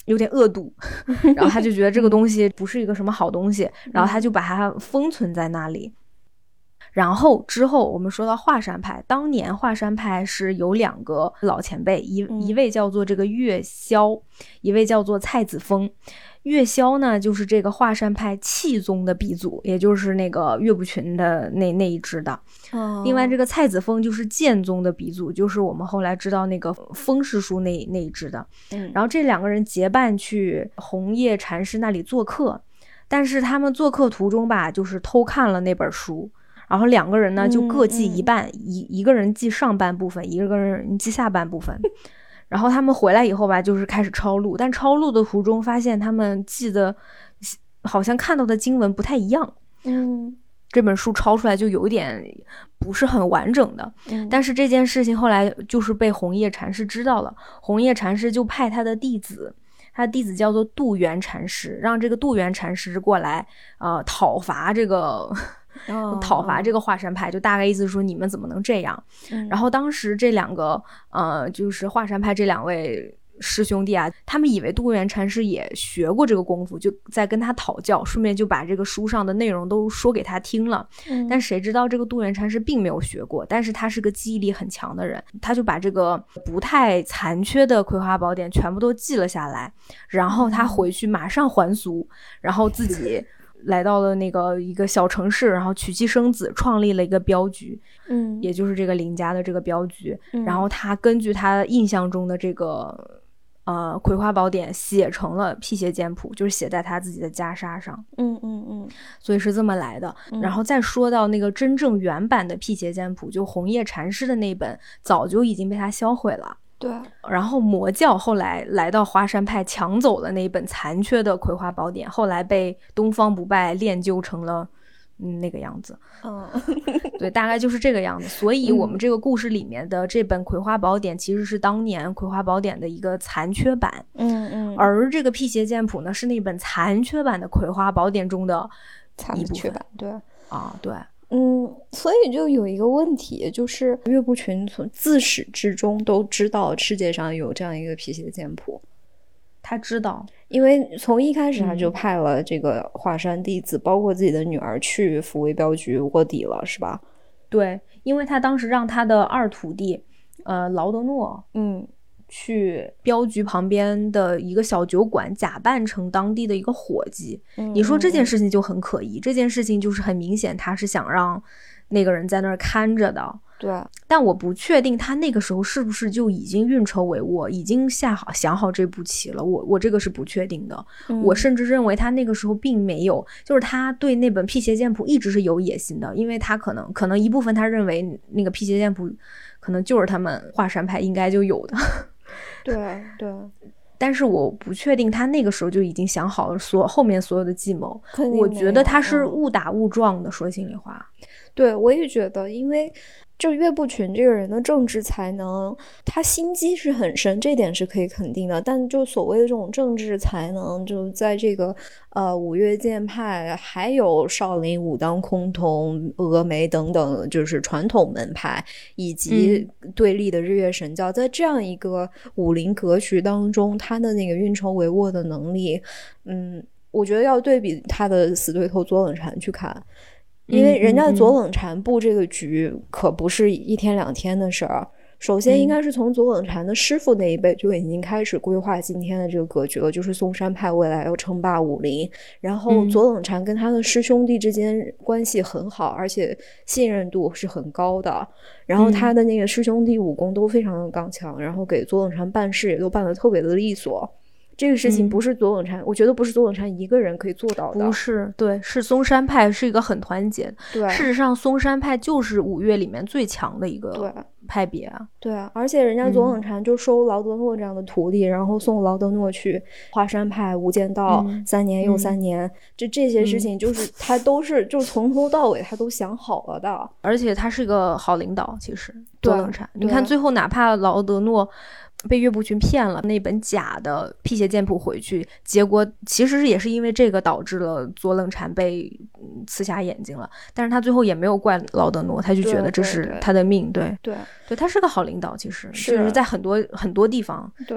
有点恶毒，然后他就觉得这个东西不是一个什么好东西，然后他就把它封存在那里。然后之后我们说到华山派，当年华山派是有2个老前辈，一位叫做这个岳霄，一位叫做蔡子峰。岳霄呢就是这个华山派气宗的鼻祖，也就是那个岳不群的那一支的。另外这个蔡子峰就是剑宗的鼻祖，就是我们后来知道那个风师叔那一支的。然后这2个人结伴去红叶禅师那里做客，但是他们做客途中吧，就是偷看了那本书，然后2个人呢就各记一半，一个人记上半部分，一个人记下半部分。然后他们回来以后吧，就是开始抄录，但抄录的途中发现他们记得好像看到的经文不太一样。这本书抄出来就有点不是很完整的。但是这件事情后来就是被红叶禅师知道了，红叶禅师就派他的弟子，他的弟子叫做杜元禅师，让这个杜元禅师过来讨伐这个华山派，就大概意思说你们怎么能这样。然后当时这2个就是华山派这2位师兄弟啊，他们以为杜元禅师也学过这个功夫，就在跟他讨教，顺便就把这个书上的内容都说给他听了。但谁知道这个杜元禅师并没有学过，但是他是个记忆力很强的人，他就把这个不太残缺的葵花宝典全部都记了下来，然后他回去马上还俗，然后自己来到了那个一个小城市，然后娶妻生子，创立了一个镖局，也就是这个林家的这个镖局。然后他根据他印象中的这个葵花宝典写成了辟邪剑谱，就是写在他自己的袈裟上。所以是这么来的。然后再说到那个真正原版的辟邪剑谱，就红叶禅师的那本早就已经被他销毁了。 对， 然后魔教后来来到华山派，抢走了那一本残缺的葵花宝典，后来被东方不败练就成了那个样子。对，大概就是这个样子。所以我们这个故事里面的这本葵花宝典其实是当年葵花宝典的一个残缺版。而这个辟邪剑谱呢，是那本残缺版的葵花宝典中的一部分。 对对。 所以就有一个问题，就是岳不群从自始至终都知道世界上有这样一个辟邪剑谱。 他知道， 因为从一开始他就派了这个华山弟子，包括自己的女儿去抚慰镖局卧底了，是吧？ 对，因为他当时让他的2徒弟劳德诺去镖局旁边的一个小酒馆假扮成当地的一个伙计。你说这件事情就很可疑，这件事情就是很明显他是想让那个人在那儿看着的。 对， 但我不确定他那个时候是不是就已经运筹帷幄，已经想好这步棋了。我这个是不确定的。我甚至认为他那个时候并没有，就是他对那本辟邪剑谱一直是有野心的，因为他可能一部分他认为那个辟邪剑谱可能就是他们华山派应该就有的。 对， 但是我不确定他那个时候就已经想好了后面所有的计谋。我觉得他是误打误撞的，说心里话。 对，我也觉得，因为就岳不群这个人的政治才能，他心机是很深，这点是可以肯定的。但就所谓的这种政治才能，就在这个五岳剑派，还有少林、武当、崆峒、峨眉等等，就是传统门派，以及对立的日月神教，在这样一个武林格局当中，他的那个运筹帷幄的能力，我觉得要对比他的死对头左冷禅去看。因为人家左冷禅布这个局可不是1天2天的事儿，首先应该是从左冷禅的师傅那一辈就已经开始规划今天的这个格局了，就是嵩山派未来要称霸武林。然后左冷禅跟他的师兄弟之间关系很好，而且信任度是很高的，然后他的那个师兄弟武功都非常的刚强，然后给左冷禅办事也都办得特别的利索。这个事情不是左冷禅，我觉得不是左冷禅一个人可以做到的。 不是，对，是嵩山派是一个很团结。 对， 事实上嵩山派就是五岳里面最强的一个派别啊。 对啊，而且人家左冷禅就收劳德诺这样的徒弟，然后送劳德诺去华山派无间道3年又3年，这些事情就是他都是就从头到尾他都想好了的。 而且他是个好领导，其实左冷禅，你看最后哪怕劳德诺被岳不群骗了那本假的辟邪剑谱回去，结果其实也是因为这个导致了左冷禅被刺瞎眼睛了，但是他最后也没有怪劳德诺，他就觉得这是他的命。对，他是个好领导，其实是在很多地方。 对，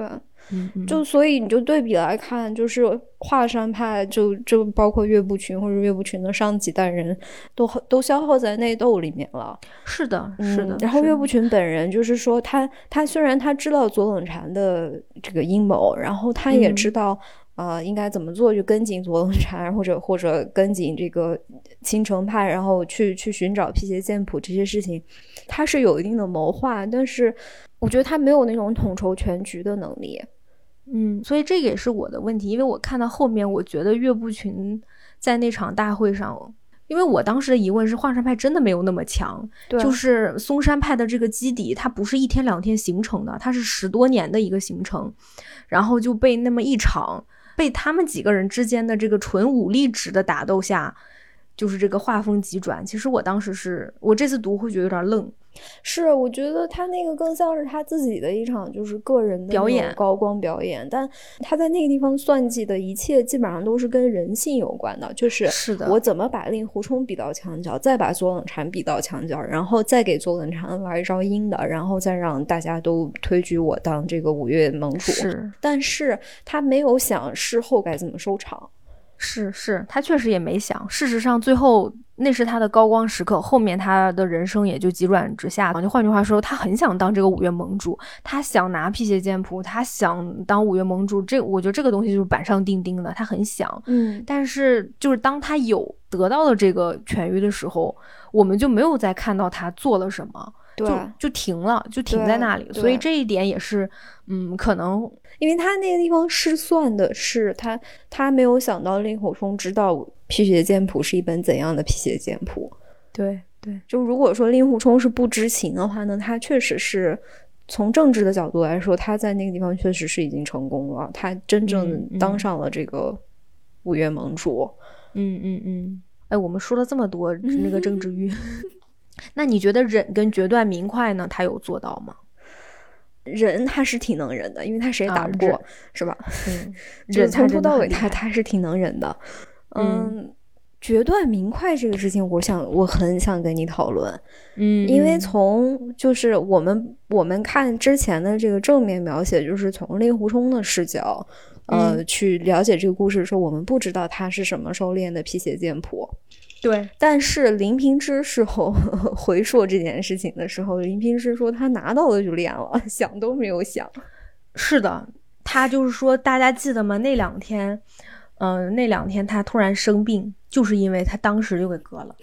就所以你就对比来看，就是华山派就包括岳不群或者岳不群的上几代人都消耗在内斗里面了。 是的，是的。 然后岳不群本人就是说他虽然他知道左冷禅的这个阴谋，然后他也知道应该怎么做去跟紧左冷禅，或者跟紧这个青城派，然后去寻找辟邪剑谱这些事情，他是有一定的谋划，但是我觉得他没有那种统筹全局的能力。 所以这个也是我的问题，因为我看到后面，我觉得岳不群在那场大会上，因为我当时的疑问是华山派真的没有那么强，就是嵩山派的这个基底它不是1天2天形成的，它是10多年的一个形成，然后就被那么一场被他们几个人之间的这个纯武力值的打斗下，就是这个画风急转。其实我当时我这次读会觉得有点愣。 是，我觉得他那个更像是他自己的一场就是个人的表演， 高光表演，但他在那个地方算计的一切基本上都是跟人性有关的，就是我怎么把令狐冲比到墙角，再把左冷禅比到墙角，然后再给左冷禅来一招阴的，然后再让大家都推举我当这个5岳盟主。但是他没有想事后该怎么收场。 是他确实也没想，事实上最后那是他的高光时刻，后面他的人生也就急转直下。就换句话说，他很想当这个5岳盟主，他想拿辟邪剑谱，他想当5岳盟主，我觉得这个东西就是板上钉钉的，他很想。但是就是当他有得到了这个痊愈的时候，我们就没有再看到他做了什么，就停了，就停在那里。所以这一点也是可能因为他那个地方失算的是他没有想到令狐冲知道辟邪剑谱是一本怎样的辟邪剑谱。 对， 就如果说令狐冲是不知情的话呢，他确实是从政治的角度来说，他在那个地方确实是已经成功了，他真正当上了这个5岳盟主。 哎，我们说了这么多那个郑知玉那你觉得忍跟决断明快呢，他有做到吗？ 忍他是挺能忍的，因为他谁也打不过，是吧？ 忍从头到尾他是挺能忍的。决断明快这个事情，我很想跟你讨论。因为从就是我们看之前的这个正面描写，就是从令狐冲的视角去了解这个故事的时候，我们不知道他是什么时候练的辟邪剑谱。 对， 但是林平之事后回溯这件事情的时候，林平之说他拿到了就练了，想都没有想。 是的，他就是说，大家记得吗？那2天他突然生病，就是因为他当时就给割了。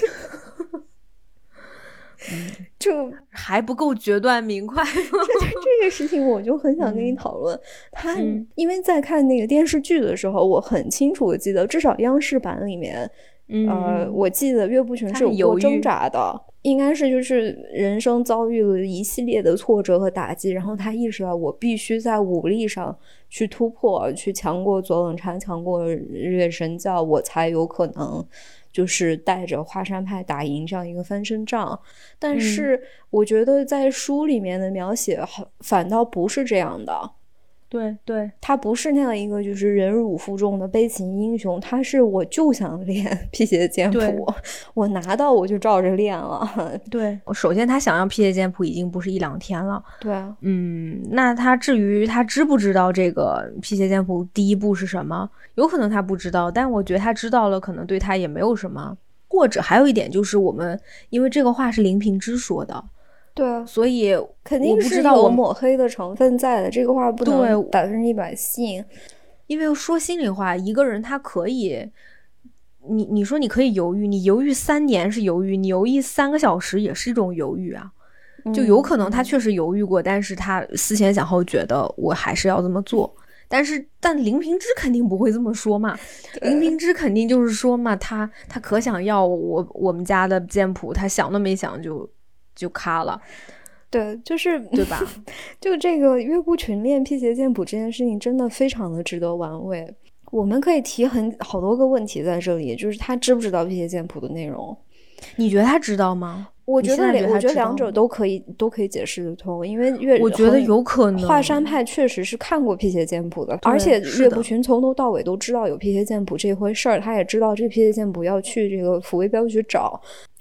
就还不够决断明快。 这个事情我就很想跟你讨论。他因为在看那个电视剧的时候，我很清楚的记得，至少央视版里面我记得岳不群是有过挣扎的，应该是就是人生遭遇了一系列的挫折和打击，然后他意识到我必须在武力上去突破，去强过左冷禅，强过日月神教，我才有可能就是带着华山派打赢这样一个翻身仗。但是我觉得在书里面的描写反倒不是这样的。 对， 他不是那样一个就是忍辱负重的悲情英雄，他是我就想练辟邪剑谱，我拿到我就照着练了。 对，首先他想要辟邪剑谱已经不是1、2天了。 对， 那他至于他知不知道这个辟邪剑谱第一步是什么，有可能他不知道，但我觉得他知道了，可能对他也没有什么。或者还有一点就是我们因为这个话是林平之说的。 对啊， 所以肯定是有抹黑的成分在的，这个话不能100%信。 因为说心里话，一个人他可以，你说你可以犹豫，你犹豫3年是犹豫，你犹豫3个小时也是一种犹豫啊。就有可能他确实犹豫过，但是他思前想后觉得我还是要这么做。但林平之肯定不会这么说嘛，林平之肯定就是说嘛，他可想要我们家的剑谱，他想都没想就卡了。 对，就是对吧？ 就这个岳不群练辟邪剑谱这件事情真的非常的值得玩味。我们可以提好多个问题在这里，就是他知不知道辟邪剑谱的内容？ 你觉得他知道吗？ 我觉得两者都可以解释得通，因为我觉得有可能华山派确实是看过辟邪剑谱的，而且岳不群从头到尾都知道有辟邪剑谱这回事儿，他也知道这辟邪剑谱要去这个抚慰镖局找。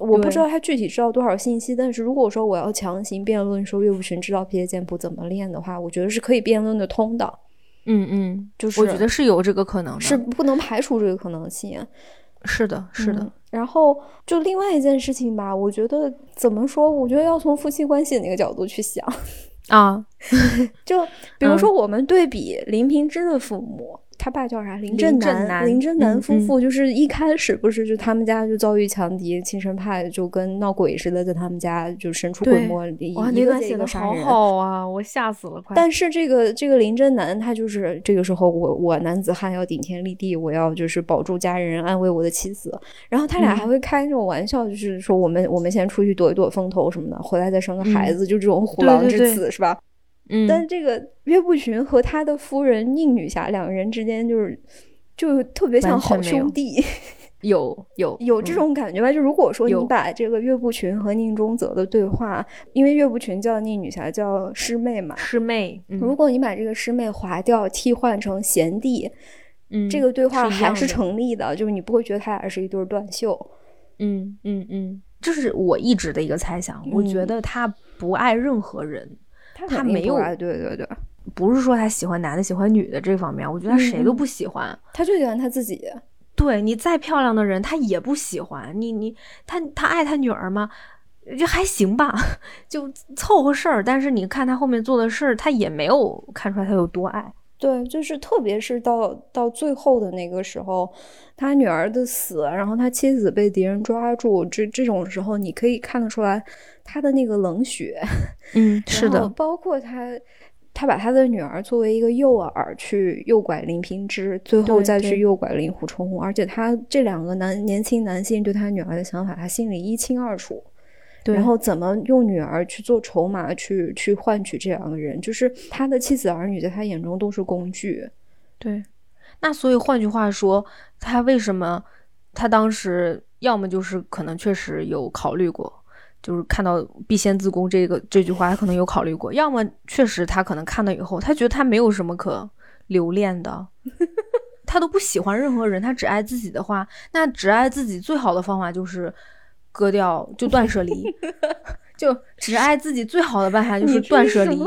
我不知道他具体知道多少信息，但是如果说我要强行辩论说岳不群知道辟邪剑谱怎么练的话，我觉得是可以辩论的通的。就是我觉得是有这个可能的， 是不能排除这个可能性。 是的，是的。 然后就另外一件事情吧，我觉得怎么说？我觉得要从夫妻关系的那个角度去想啊。 就比如说我们对比林平之的父母。他爸叫啥？林震南夫妇，就是一开始不是就他们家就遭遇强敌，亲生派就跟闹鬼似的，在他们家就神出鬼没， 哇，那段写的好好啊，我吓死了，快！ 但是这个林震南他就是这个时候我男子汉要顶天立地，我要就是保住家人，安慰我的妻子，然后他俩还会开那种玩笑，就是说我们先出去躲一躲风头什么的，回来再生个孩子，就这种虎狼之词，是吧？但是这个岳不群和他的夫人宁女侠两个人之间就特别像好兄弟， 有这种感觉吧？就如果说你把这个岳不群和宁中则的对话，因为岳不群叫宁女侠叫师妹嘛， 师妹， 如果你把这个师妹划掉，替换成贤弟，这个对话还是成立的，就是你不会觉得他俩是一对断袖。 这是我一直的一个猜想，我觉得他不爱任何人。他没有， 对， 不是说他喜欢男的喜欢女的这方面，我觉得他谁都不喜欢， 他就喜欢他自己。 对，你再漂亮的人他也不喜欢他爱他女儿吗？就还行吧，就凑合事儿。但是你看他后面做的事儿，他也没有看出来他有多爱。 对，就是特别是到最后的那个时候，他女儿的死，然后他妻子被敌人抓住，这种时候，你可以看得出来他的那个冷血。 是的， 包括他把他的女儿作为一个诱饵去诱拐林平之，最后再去诱拐令狐冲，而且他这两个年轻男性对他女儿的想法，他心里一清二楚。然后怎么用女儿去做筹码去换取这两个人，就是他的妻子儿女在他眼中都是工具。 对，那所以换句话说，他为什么他当时要么就是可能确实有考虑过，就是看到必先自宫这句话他可能有考虑过，要么确实他可能看到以后他觉得他没有什么可留恋的他都不喜欢任何人，他只爱自己的话，那只爱自己最好的方法就是割掉，就断舍离就只爱自己最好的办法就是断舍离，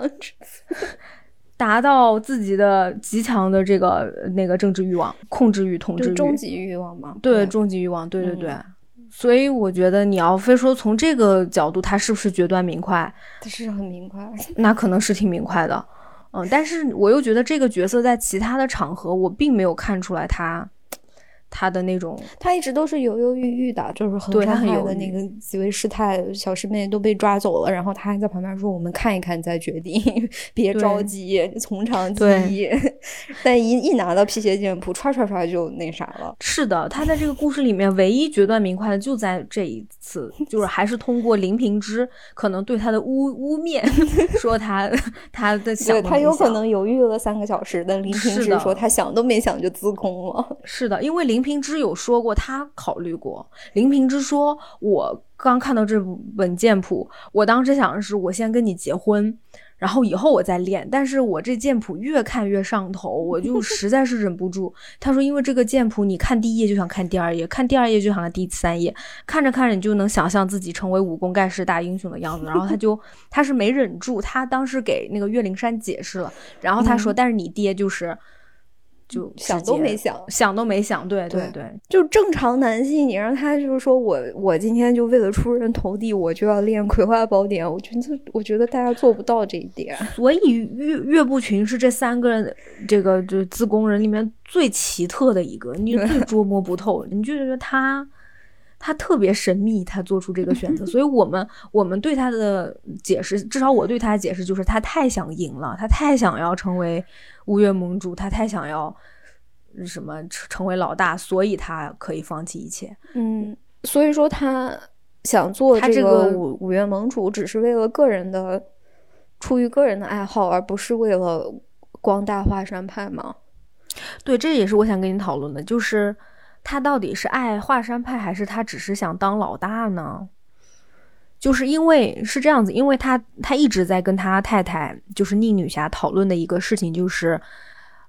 达到自己的极强的那个政治欲望、控制欲、统治欲， 终极欲望嘛。 对，终极欲望，对。所以我觉得你要非说从这个角度他是不是决断明快， 他是很明快， 那可能是挺明快的。但是我又觉得这个角色在其他的场合我并没有看出来他的那种， 他一直都是犹犹豫豫的，就是很上海的那个几位师太小师妹都被抓走了，然后他还在旁边说我们看一看再决定，别着急，从长计议。但一拿到辟邪剑谱，唰就那啥了。是的，他在这个故事里面唯一决断明快的就在这一次，就是还是通过林平之可能对他的污蔑说他的想，对，他有可能犹豫了3个小时，但林平之说他想都没想就自宫了。是的，因为林平之有说过他考虑过，林平之说我刚看到这本剑谱，我当时想的是我先跟你结婚，然后以后我再练，但是我这剑谱越看越上头，我就实在是忍不住他说因为这个剑谱你看第一页就想看第二页，看第二页就想看第3页，看着看着你就能想象自己成为武功盖世大英雄的样子，然后他是没忍住，他当时给那个岳灵珊解释了，然后他说但是你爹就想都没想，对，就正常男性，你让他就是说我今天就为了出人头地，我就要练葵花宝典，我觉得大家做不到这一点。所以岳不群是这3个这个就自宫人里面最奇特的一个，你最捉摸不透，你就觉得他特别神秘，他做出这个选择。所以我们对他的解释，至少我对他的解释就是他太想赢了，他太想要成为吴越盟主，他太想要什么成为老大，所以他可以放弃一切。所以说他想做这个五岳盟主只是为了出于个人的爱好，而不是为了光大华山派吗？对，这也是我想跟你讨论的，就是他到底是爱华山派还是他只是想当老大呢？就是因为是这样子，因为他一直在跟他太太就是宁女侠讨论的一个事情，就是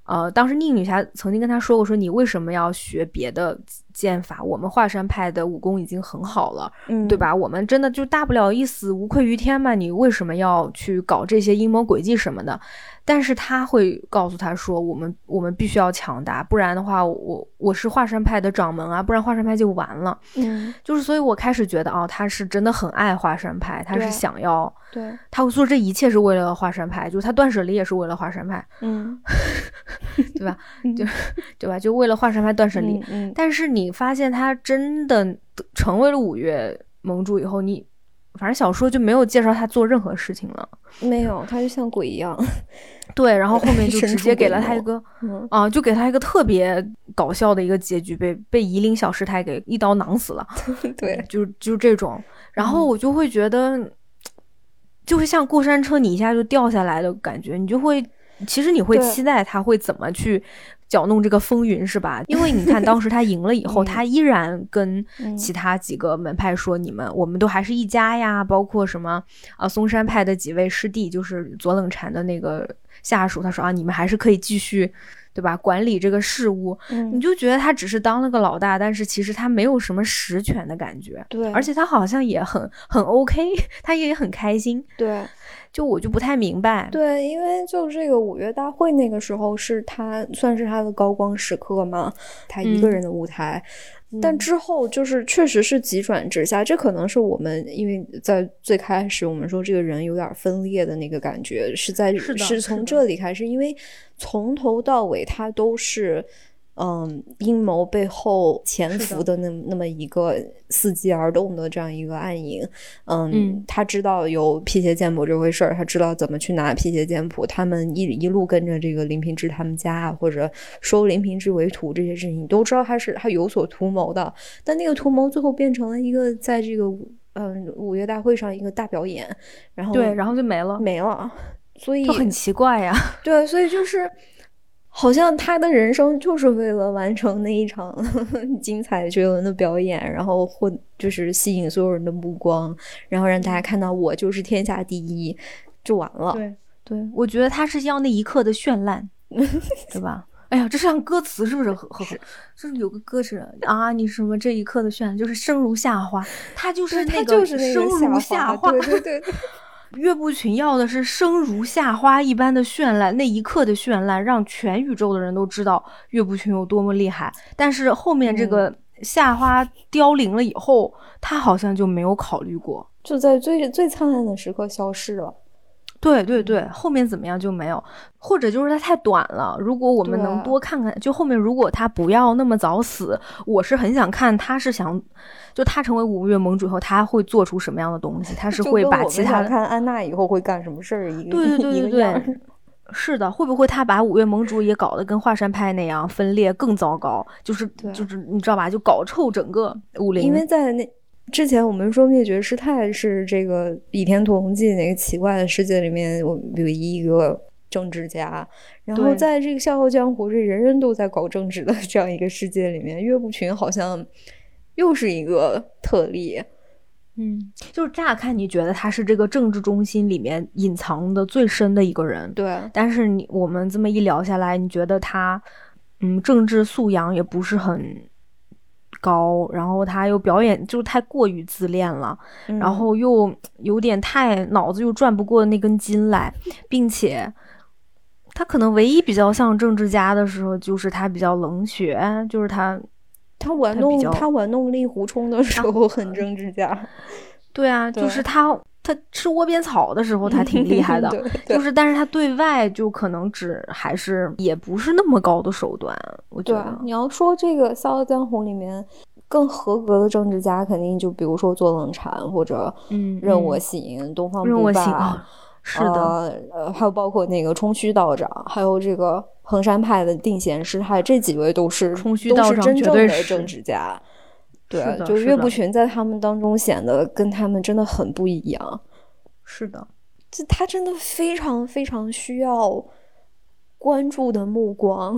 当时宁女侠曾经跟他说过，说你为什么要学别的剑法？我们华山派的武功已经很好了，对吧？我们真的就大不了一死无愧于天嘛，你为什么要去搞这些阴谋诡计什么的？但是他会告诉他说，我们必须要强大，不然的话，我是华山派的掌门啊，不然华山派就完了。就是所以我开始觉得他是真的很爱华山派，他是想要， 对， 他会做这一切是为了华山派，就是他断舍离也是为了华山派，对吧？对吧？就为了华山派断舍离。但是你发现他真的成为了五岳盟主以后，反正小说就没有介绍他做任何事情了， 没有，他就像鬼一样。 对，然后后面就直接给了他一个就给他一个特别搞笑的一个结局，被夷陵小师太给一刀囊死了。 对， 就这种，然后我就会觉得，就会像过山车，你一下就掉下来的感觉，其实你会期待他会怎么去搅弄这个风云，是吧？因为你看当时他赢了以后，他依然跟其他几个门派说，我们都还是一家呀，包括什么嵩山派的几位师弟，就是左冷禅的那个下属，他说你们还是可以继续，对吧？管理这个事务，你就觉得他只是当了个老大，但是其实他没有什么实权的感觉。 对， 而且他好像也很 OK， 他也很开心。 对， 我就不太明白。 对，因为就这个五岳大会那个时候是他算是他的高光时刻嘛，他一个人的舞台。但之后就是确实是急转直下，这可能是我们因为在最开始我们说这个人有点分裂的那个感觉是从这里开始，因为从头到尾他都是阴谋背后潜伏的那么一个伺机而动的这样一个暗影。他知道有辟邪剑谱这回事儿，他知道怎么去拿辟邪剑谱，他们一路跟着这个林平之他们家或者收林平之为徒这些事情，你都知道他有所图谋的。但那个图谋最后变成了一个在这个五岳大会上一个大表演，然后就没了， 所以就很奇怪呀。 对，所以就是好像他的人生就是为了完成那一场精彩绝伦的表演，然后就是吸引所有人的目光，然后让大家看到我就是天下第一，就完了。 对，我觉得他是要那一刻的绚烂，对吧？哎呀，这像歌词是不是？就是有个歌词你什么这一刻的绚烂，就是生如夏花，他就是那个生如夏花， 对。 岳不群要的是生如夏花一般的绚烂，那一刻的绚烂让全宇宙的人都知道岳不群有多么厉害。但是后面这个夏花凋零了以后，他好像就没有考虑过， 就在最灿烂的时刻消失了。 对，后面怎么样就没有，或者就是它太短了。如果我们能多看看，就后面如果他不要那么早死，我是很想看他是想，就他成为五岳盟主后，他会做出什么样的东西？他是会把其他的， 看安娜以后会干什么事儿？ 对，是的，会不会他把五岳盟主也搞得跟华山派那样分裂更糟糕？就是你知道吧？就搞臭整个武林。 因为在之前我们说灭绝师太是这个《倚天屠龙记》那个奇怪的世界里面有一个政治家，然后在这个笑傲江湖是人人都在搞政治的这样一个世界里面，岳不群好像又是一个特例。 就是乍看你觉得他是这个政治中心里面隐藏的最深的一个人， 对， 但是我们这么一聊下来，你觉得他政治素养也不是很高，然后他又表演就太过于自恋了，然后又有点脑子又转不过那根筋来，并且他可能唯一比较像政治家的时候就是他比较冷血，就是他玩弄令狐冲的时候很政治家。 对啊，就是他吃窝边草的时候他挺厉害的就是但是他对外就可能还是也不是那么高的手段，我觉得。 你要说这个《笑傲江湖》里面更合格的政治家，肯定就比如说左冷禅或者任我行、东方不败， 是的， 还有包括那个冲虚道长，还有这个衡山派的定闲师太，这几位都是冲虚道长真正的政治家。对，就岳不群在他们当中显得跟他们真的很不一样。 是的， 就他真的非常非常需要关注的目光。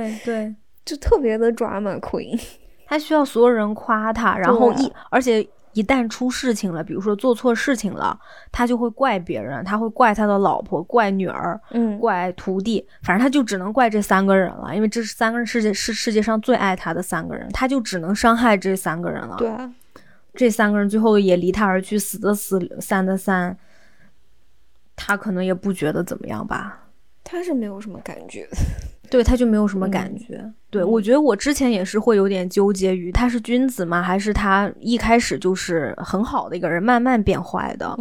对， 就特别的 drama queen， 他需要所有人夸他，然后而且一旦出事情了，比如说做错事情了，他就会怪别人，他会怪他的老婆，怪女儿，怪徒弟，反正他就只能怪这3个人了，因为这3个人是世界上最爱他的3个人，他就只能伤害这3个人了。 对啊， 这3个人最后也离他而去，死的死，散的散，他可能也不觉得怎么样吧， 他是没有什么感觉的。 对，他就没有什么感觉。对，我觉得我之前也是会有点纠结于他是君子吗，还是他一开始就是很好的一个人，慢慢变坏的。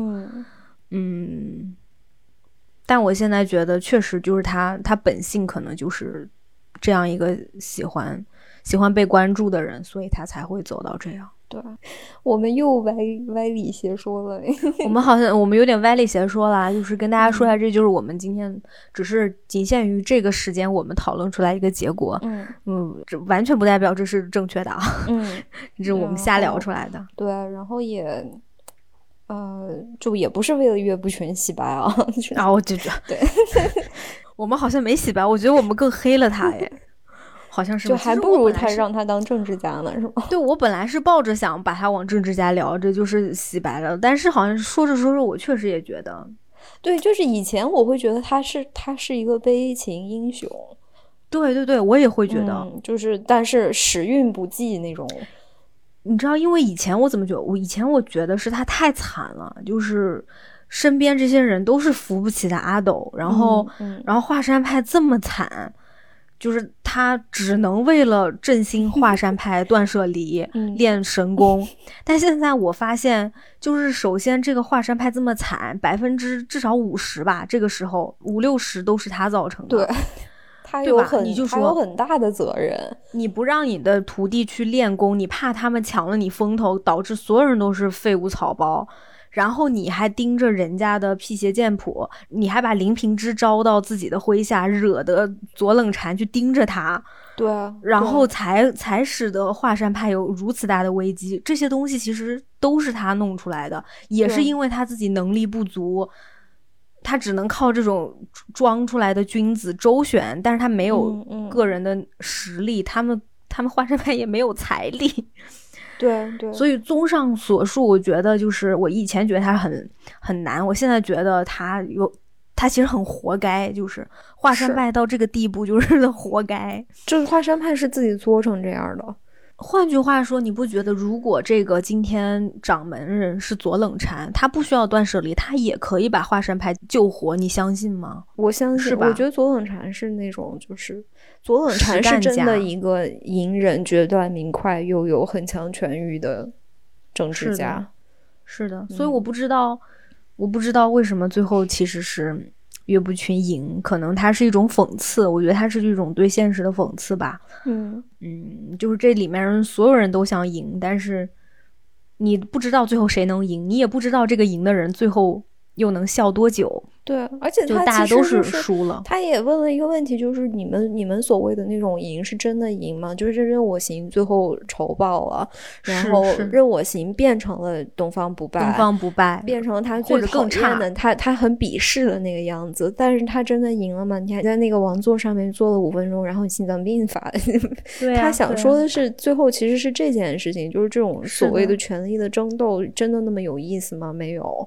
但我现在觉得确实就是他本性可能就是这样一个喜欢被关注的人，所以他才会走到这样。 对，我们又歪理邪说了。 我们有点歪理邪说啦，就是跟大家说一下，这就是我们今天只是仅限于这个时间我们讨论出来一个结果。这完全不代表这是正确的啊。这是我们瞎聊出来的。 对，然后也就也不是为了岳不群洗白啊。 我觉得对。我们好像没洗白，我觉得我们更黑了他耶。好像是， 就还不如他让他当政治家呢，是吗？ 对，我本来是抱着想把他往政治家聊，这就是洗白了。但是好像说着说着，我确实也觉得， 对，就是以前我会觉得他是一个悲情英雄。 对，我也会觉得， 就是但是时运不济那种。 你知道，因为以前我怎么觉得？以前我觉得是他太惨了，就是身边这些人都是扶不起的阿斗，然后华山派这么惨。就是他只能为了振兴华山派断舍离练神功。但现在我发现，就是首先这个华山派这么惨至少50%吧，这个时候50-60%都是他造成的。 对，他有很大的责任。 你不让你的徒弟去练功，你怕他们抢了你风头，导致所有人都是废物草包。然后你还盯着人家的辟邪剑谱，你还把林平之招到自己的麾下，惹得左冷禅去盯着他。 对啊， 然后才使得华山派有如此大的危机。这些东西其实都是他弄出来的，也是因为他自己能力不足，他只能靠这种装出来的君子周旋，但是他没有个人的实力，他们华山派也没有财力。 对， 所以综上所述，我觉得就是我以前觉得他很难，我现在觉得他其实很活该，就是华山派到这个地步就是活该， 就是华山派是自己作成这样的。 换句话说，你不觉得如果这个今天掌门人是左冷禅，他不需要断舍离，他也可以把华山派救活，你相信吗？ 我相信， 是吧？ 我觉得左冷禅是那种就是左冷禅是真的一个隐忍、决断明快又有很强权欲的政治家。 是的，所以我不知道为什么最后其实是岳不群赢，可能它是一种讽刺，我觉得它是一种对现实的讽刺吧。就是这里面人所有人都想赢，但是你不知道最后谁能赢，你也不知道这个赢的人最后又能笑多久。 对，而且就大家都是输了。 他也问了一个问题，就是你们所谓的那种赢是真的赢吗？就是这任我行最后仇报了，然后任我行变成了东方不败，变成了他最讨厌的，他很鄙视的那个样子。但是他真的赢了吗？你还在那个王座上面坐了5分钟，然后心脏病发了。 对他想说的是，最后其实是这件事情，就是这种所谓的权力的争斗，真的那么有意思吗？没有。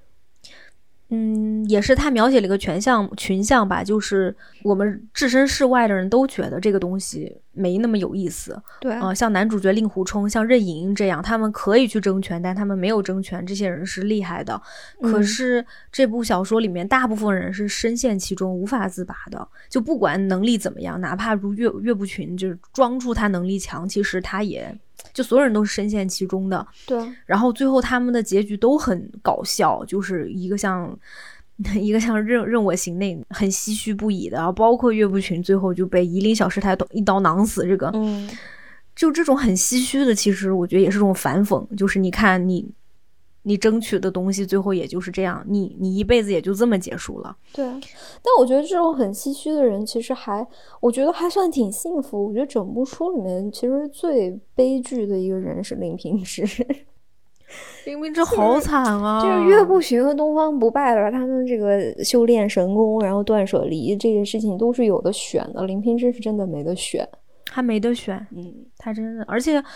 也是他描写了一个群像吧，就是我们置身事外的人都觉得这个东西没那么有意思。 对像男主角令狐冲，像任盈盈这样，他们可以去争权，但他们没有争权，这些人是厉害的。可是这部小说里面大部分人是深陷其中无法自拔的，就不管能力怎么样，哪怕如岳不群就是装出他能力强，其实他也就所有人都是深陷其中的。 对， 然后最后他们的结局都很搞笑，就是一个像任我行那很唏嘘不已的，然后包括岳不群最后就被夷陵小师太一刀囊死，这个就这种很唏嘘的，其实我觉得也是种反讽，就是你看你争取的东西最后也就是这样，你一辈子也就这么结束了。 对，但我觉得这种很唏嘘的人其实我觉得还算挺幸福。我觉得整部书里面其实最悲剧的一个人是林平之。 林平之好惨啊， 就是岳不群和东方不败吧，他们这个修炼神功然后断舍离这件事情都是有的选的，林平之是真的没得选， 他没得选。他真的，而且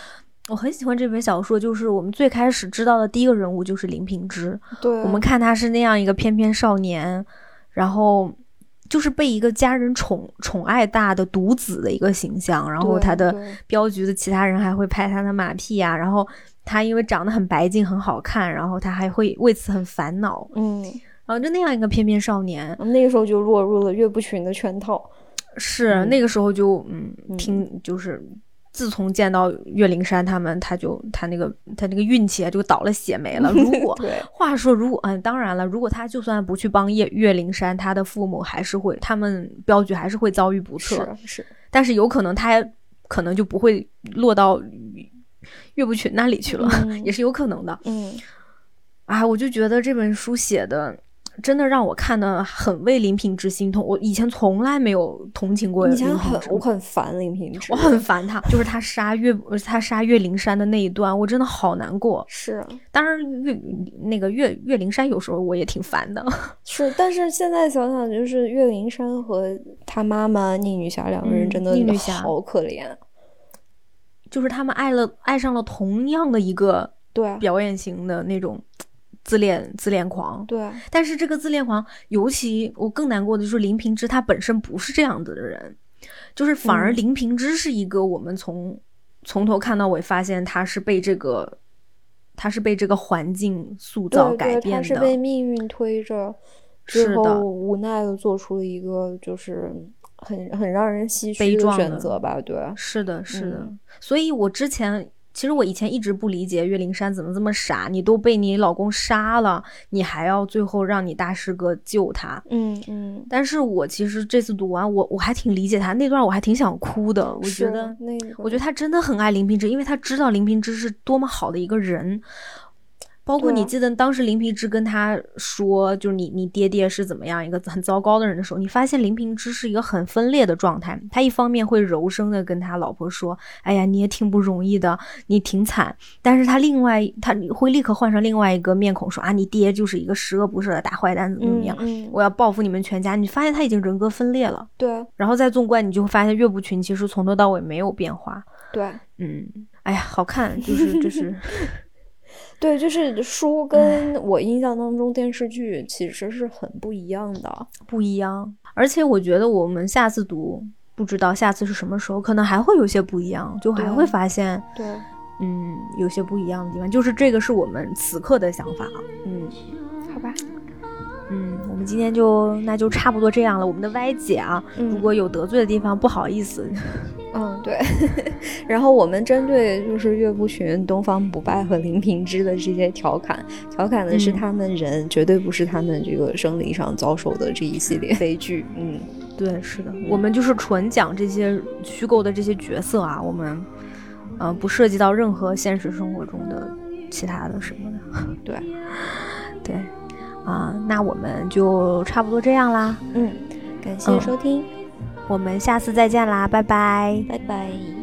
我很喜欢这本小说，就是我们最开始知道的第一个人物就是林平之。 对， 我们看他是那样一个翩翩少年，然后就是被一个家人宠爱大的独子的一个形象，然后他的镖局的其他人还会拍他的马屁啊，然后他因为长得很白净很好看，然后他还会为此很烦恼，然后就那样一个翩翩少年， 那个时候就落入了岳不群的圈套。 是、那个时候就听就是自从见到岳灵珊他们，他那个运气就倒了血霉了。如果话说如果当然了，如果他就算不去帮岳灵珊，他的父母还是会，他们镖局还是会遭遇不测， 是， 但是有可能他可能就不会落到岳不群那里去了，也是有可能的。我就觉得这本书写的真的让我看得很为林平之心痛。我以前从来没有同情过林平之， 我很烦林平之， 我很烦他，就是他杀岳灵珊的那一段，我真的好难过。 是， 当然岳灵珊有时候我也挺烦的。 是，但是现在想想，就是岳灵珊和他妈妈宁女侠两个人真的好可怜。 就是他们爱上了同样的一个表演型的那种自恋狂。 对， 但是这个自恋狂，尤其我更难过的就是林平之他本身不是这样子的人，就是反而林平之是一个我们从头看到尾发现他是被这个环境塑造改变的， 他是被命运推着，之后无奈的做出了一个就是很让人唏嘘的选择吧。对， 是的。所以其实我以前一直不理解岳灵珊怎么这么傻，你都被你老公杀了，你还要最后让你大师哥救他。但是我其实这次读完，我还挺理解他那段，我还挺想哭的。我觉得他真的很爱林平之，因为他知道林平之是多么好的一个人。包括你记得当时林平之跟他说就是你爹爹是怎么样一个很糟糕的人的时候，你发现林平之是一个很分裂的状态。他一方面会柔声的跟他老婆说，哎呀你也挺不容易的，你挺惨，但是他会立刻换上另外一个面孔说你爹就是一个十恶不赦的大坏蛋怎么样，我要报复你们全家。你发现他已经人格分裂了。 对， 然后再纵观你就会发现岳不群其实从头到尾没有变化。 对， 哎呀好看，就是对，就是书跟我印象当中电视剧其实是很不一样的， 不一样。而且我觉得我们下次读，不知道下次是什么时候，可能还会有些不一样，就还会发现， 对， 有些不一样的地方。就是这个是我们此刻的想法。 好吧。 我们今天那就差不多这样了。我们的歪姐啊，如果有得罪的地方，不好意思。 对。然后我们针对就是岳不群、东方不败和林平之的这些调侃的是他们人，绝对不是他们这个生理上遭受的这一系列悲剧。 对，是的，我们就是纯讲这些虚构的这些角色啊，我们不涉及到任何现实生活中的其他的什么的。对。那我们就差不多这样啦。 感谢收听， 我们下次再见啦，拜拜。 拜拜。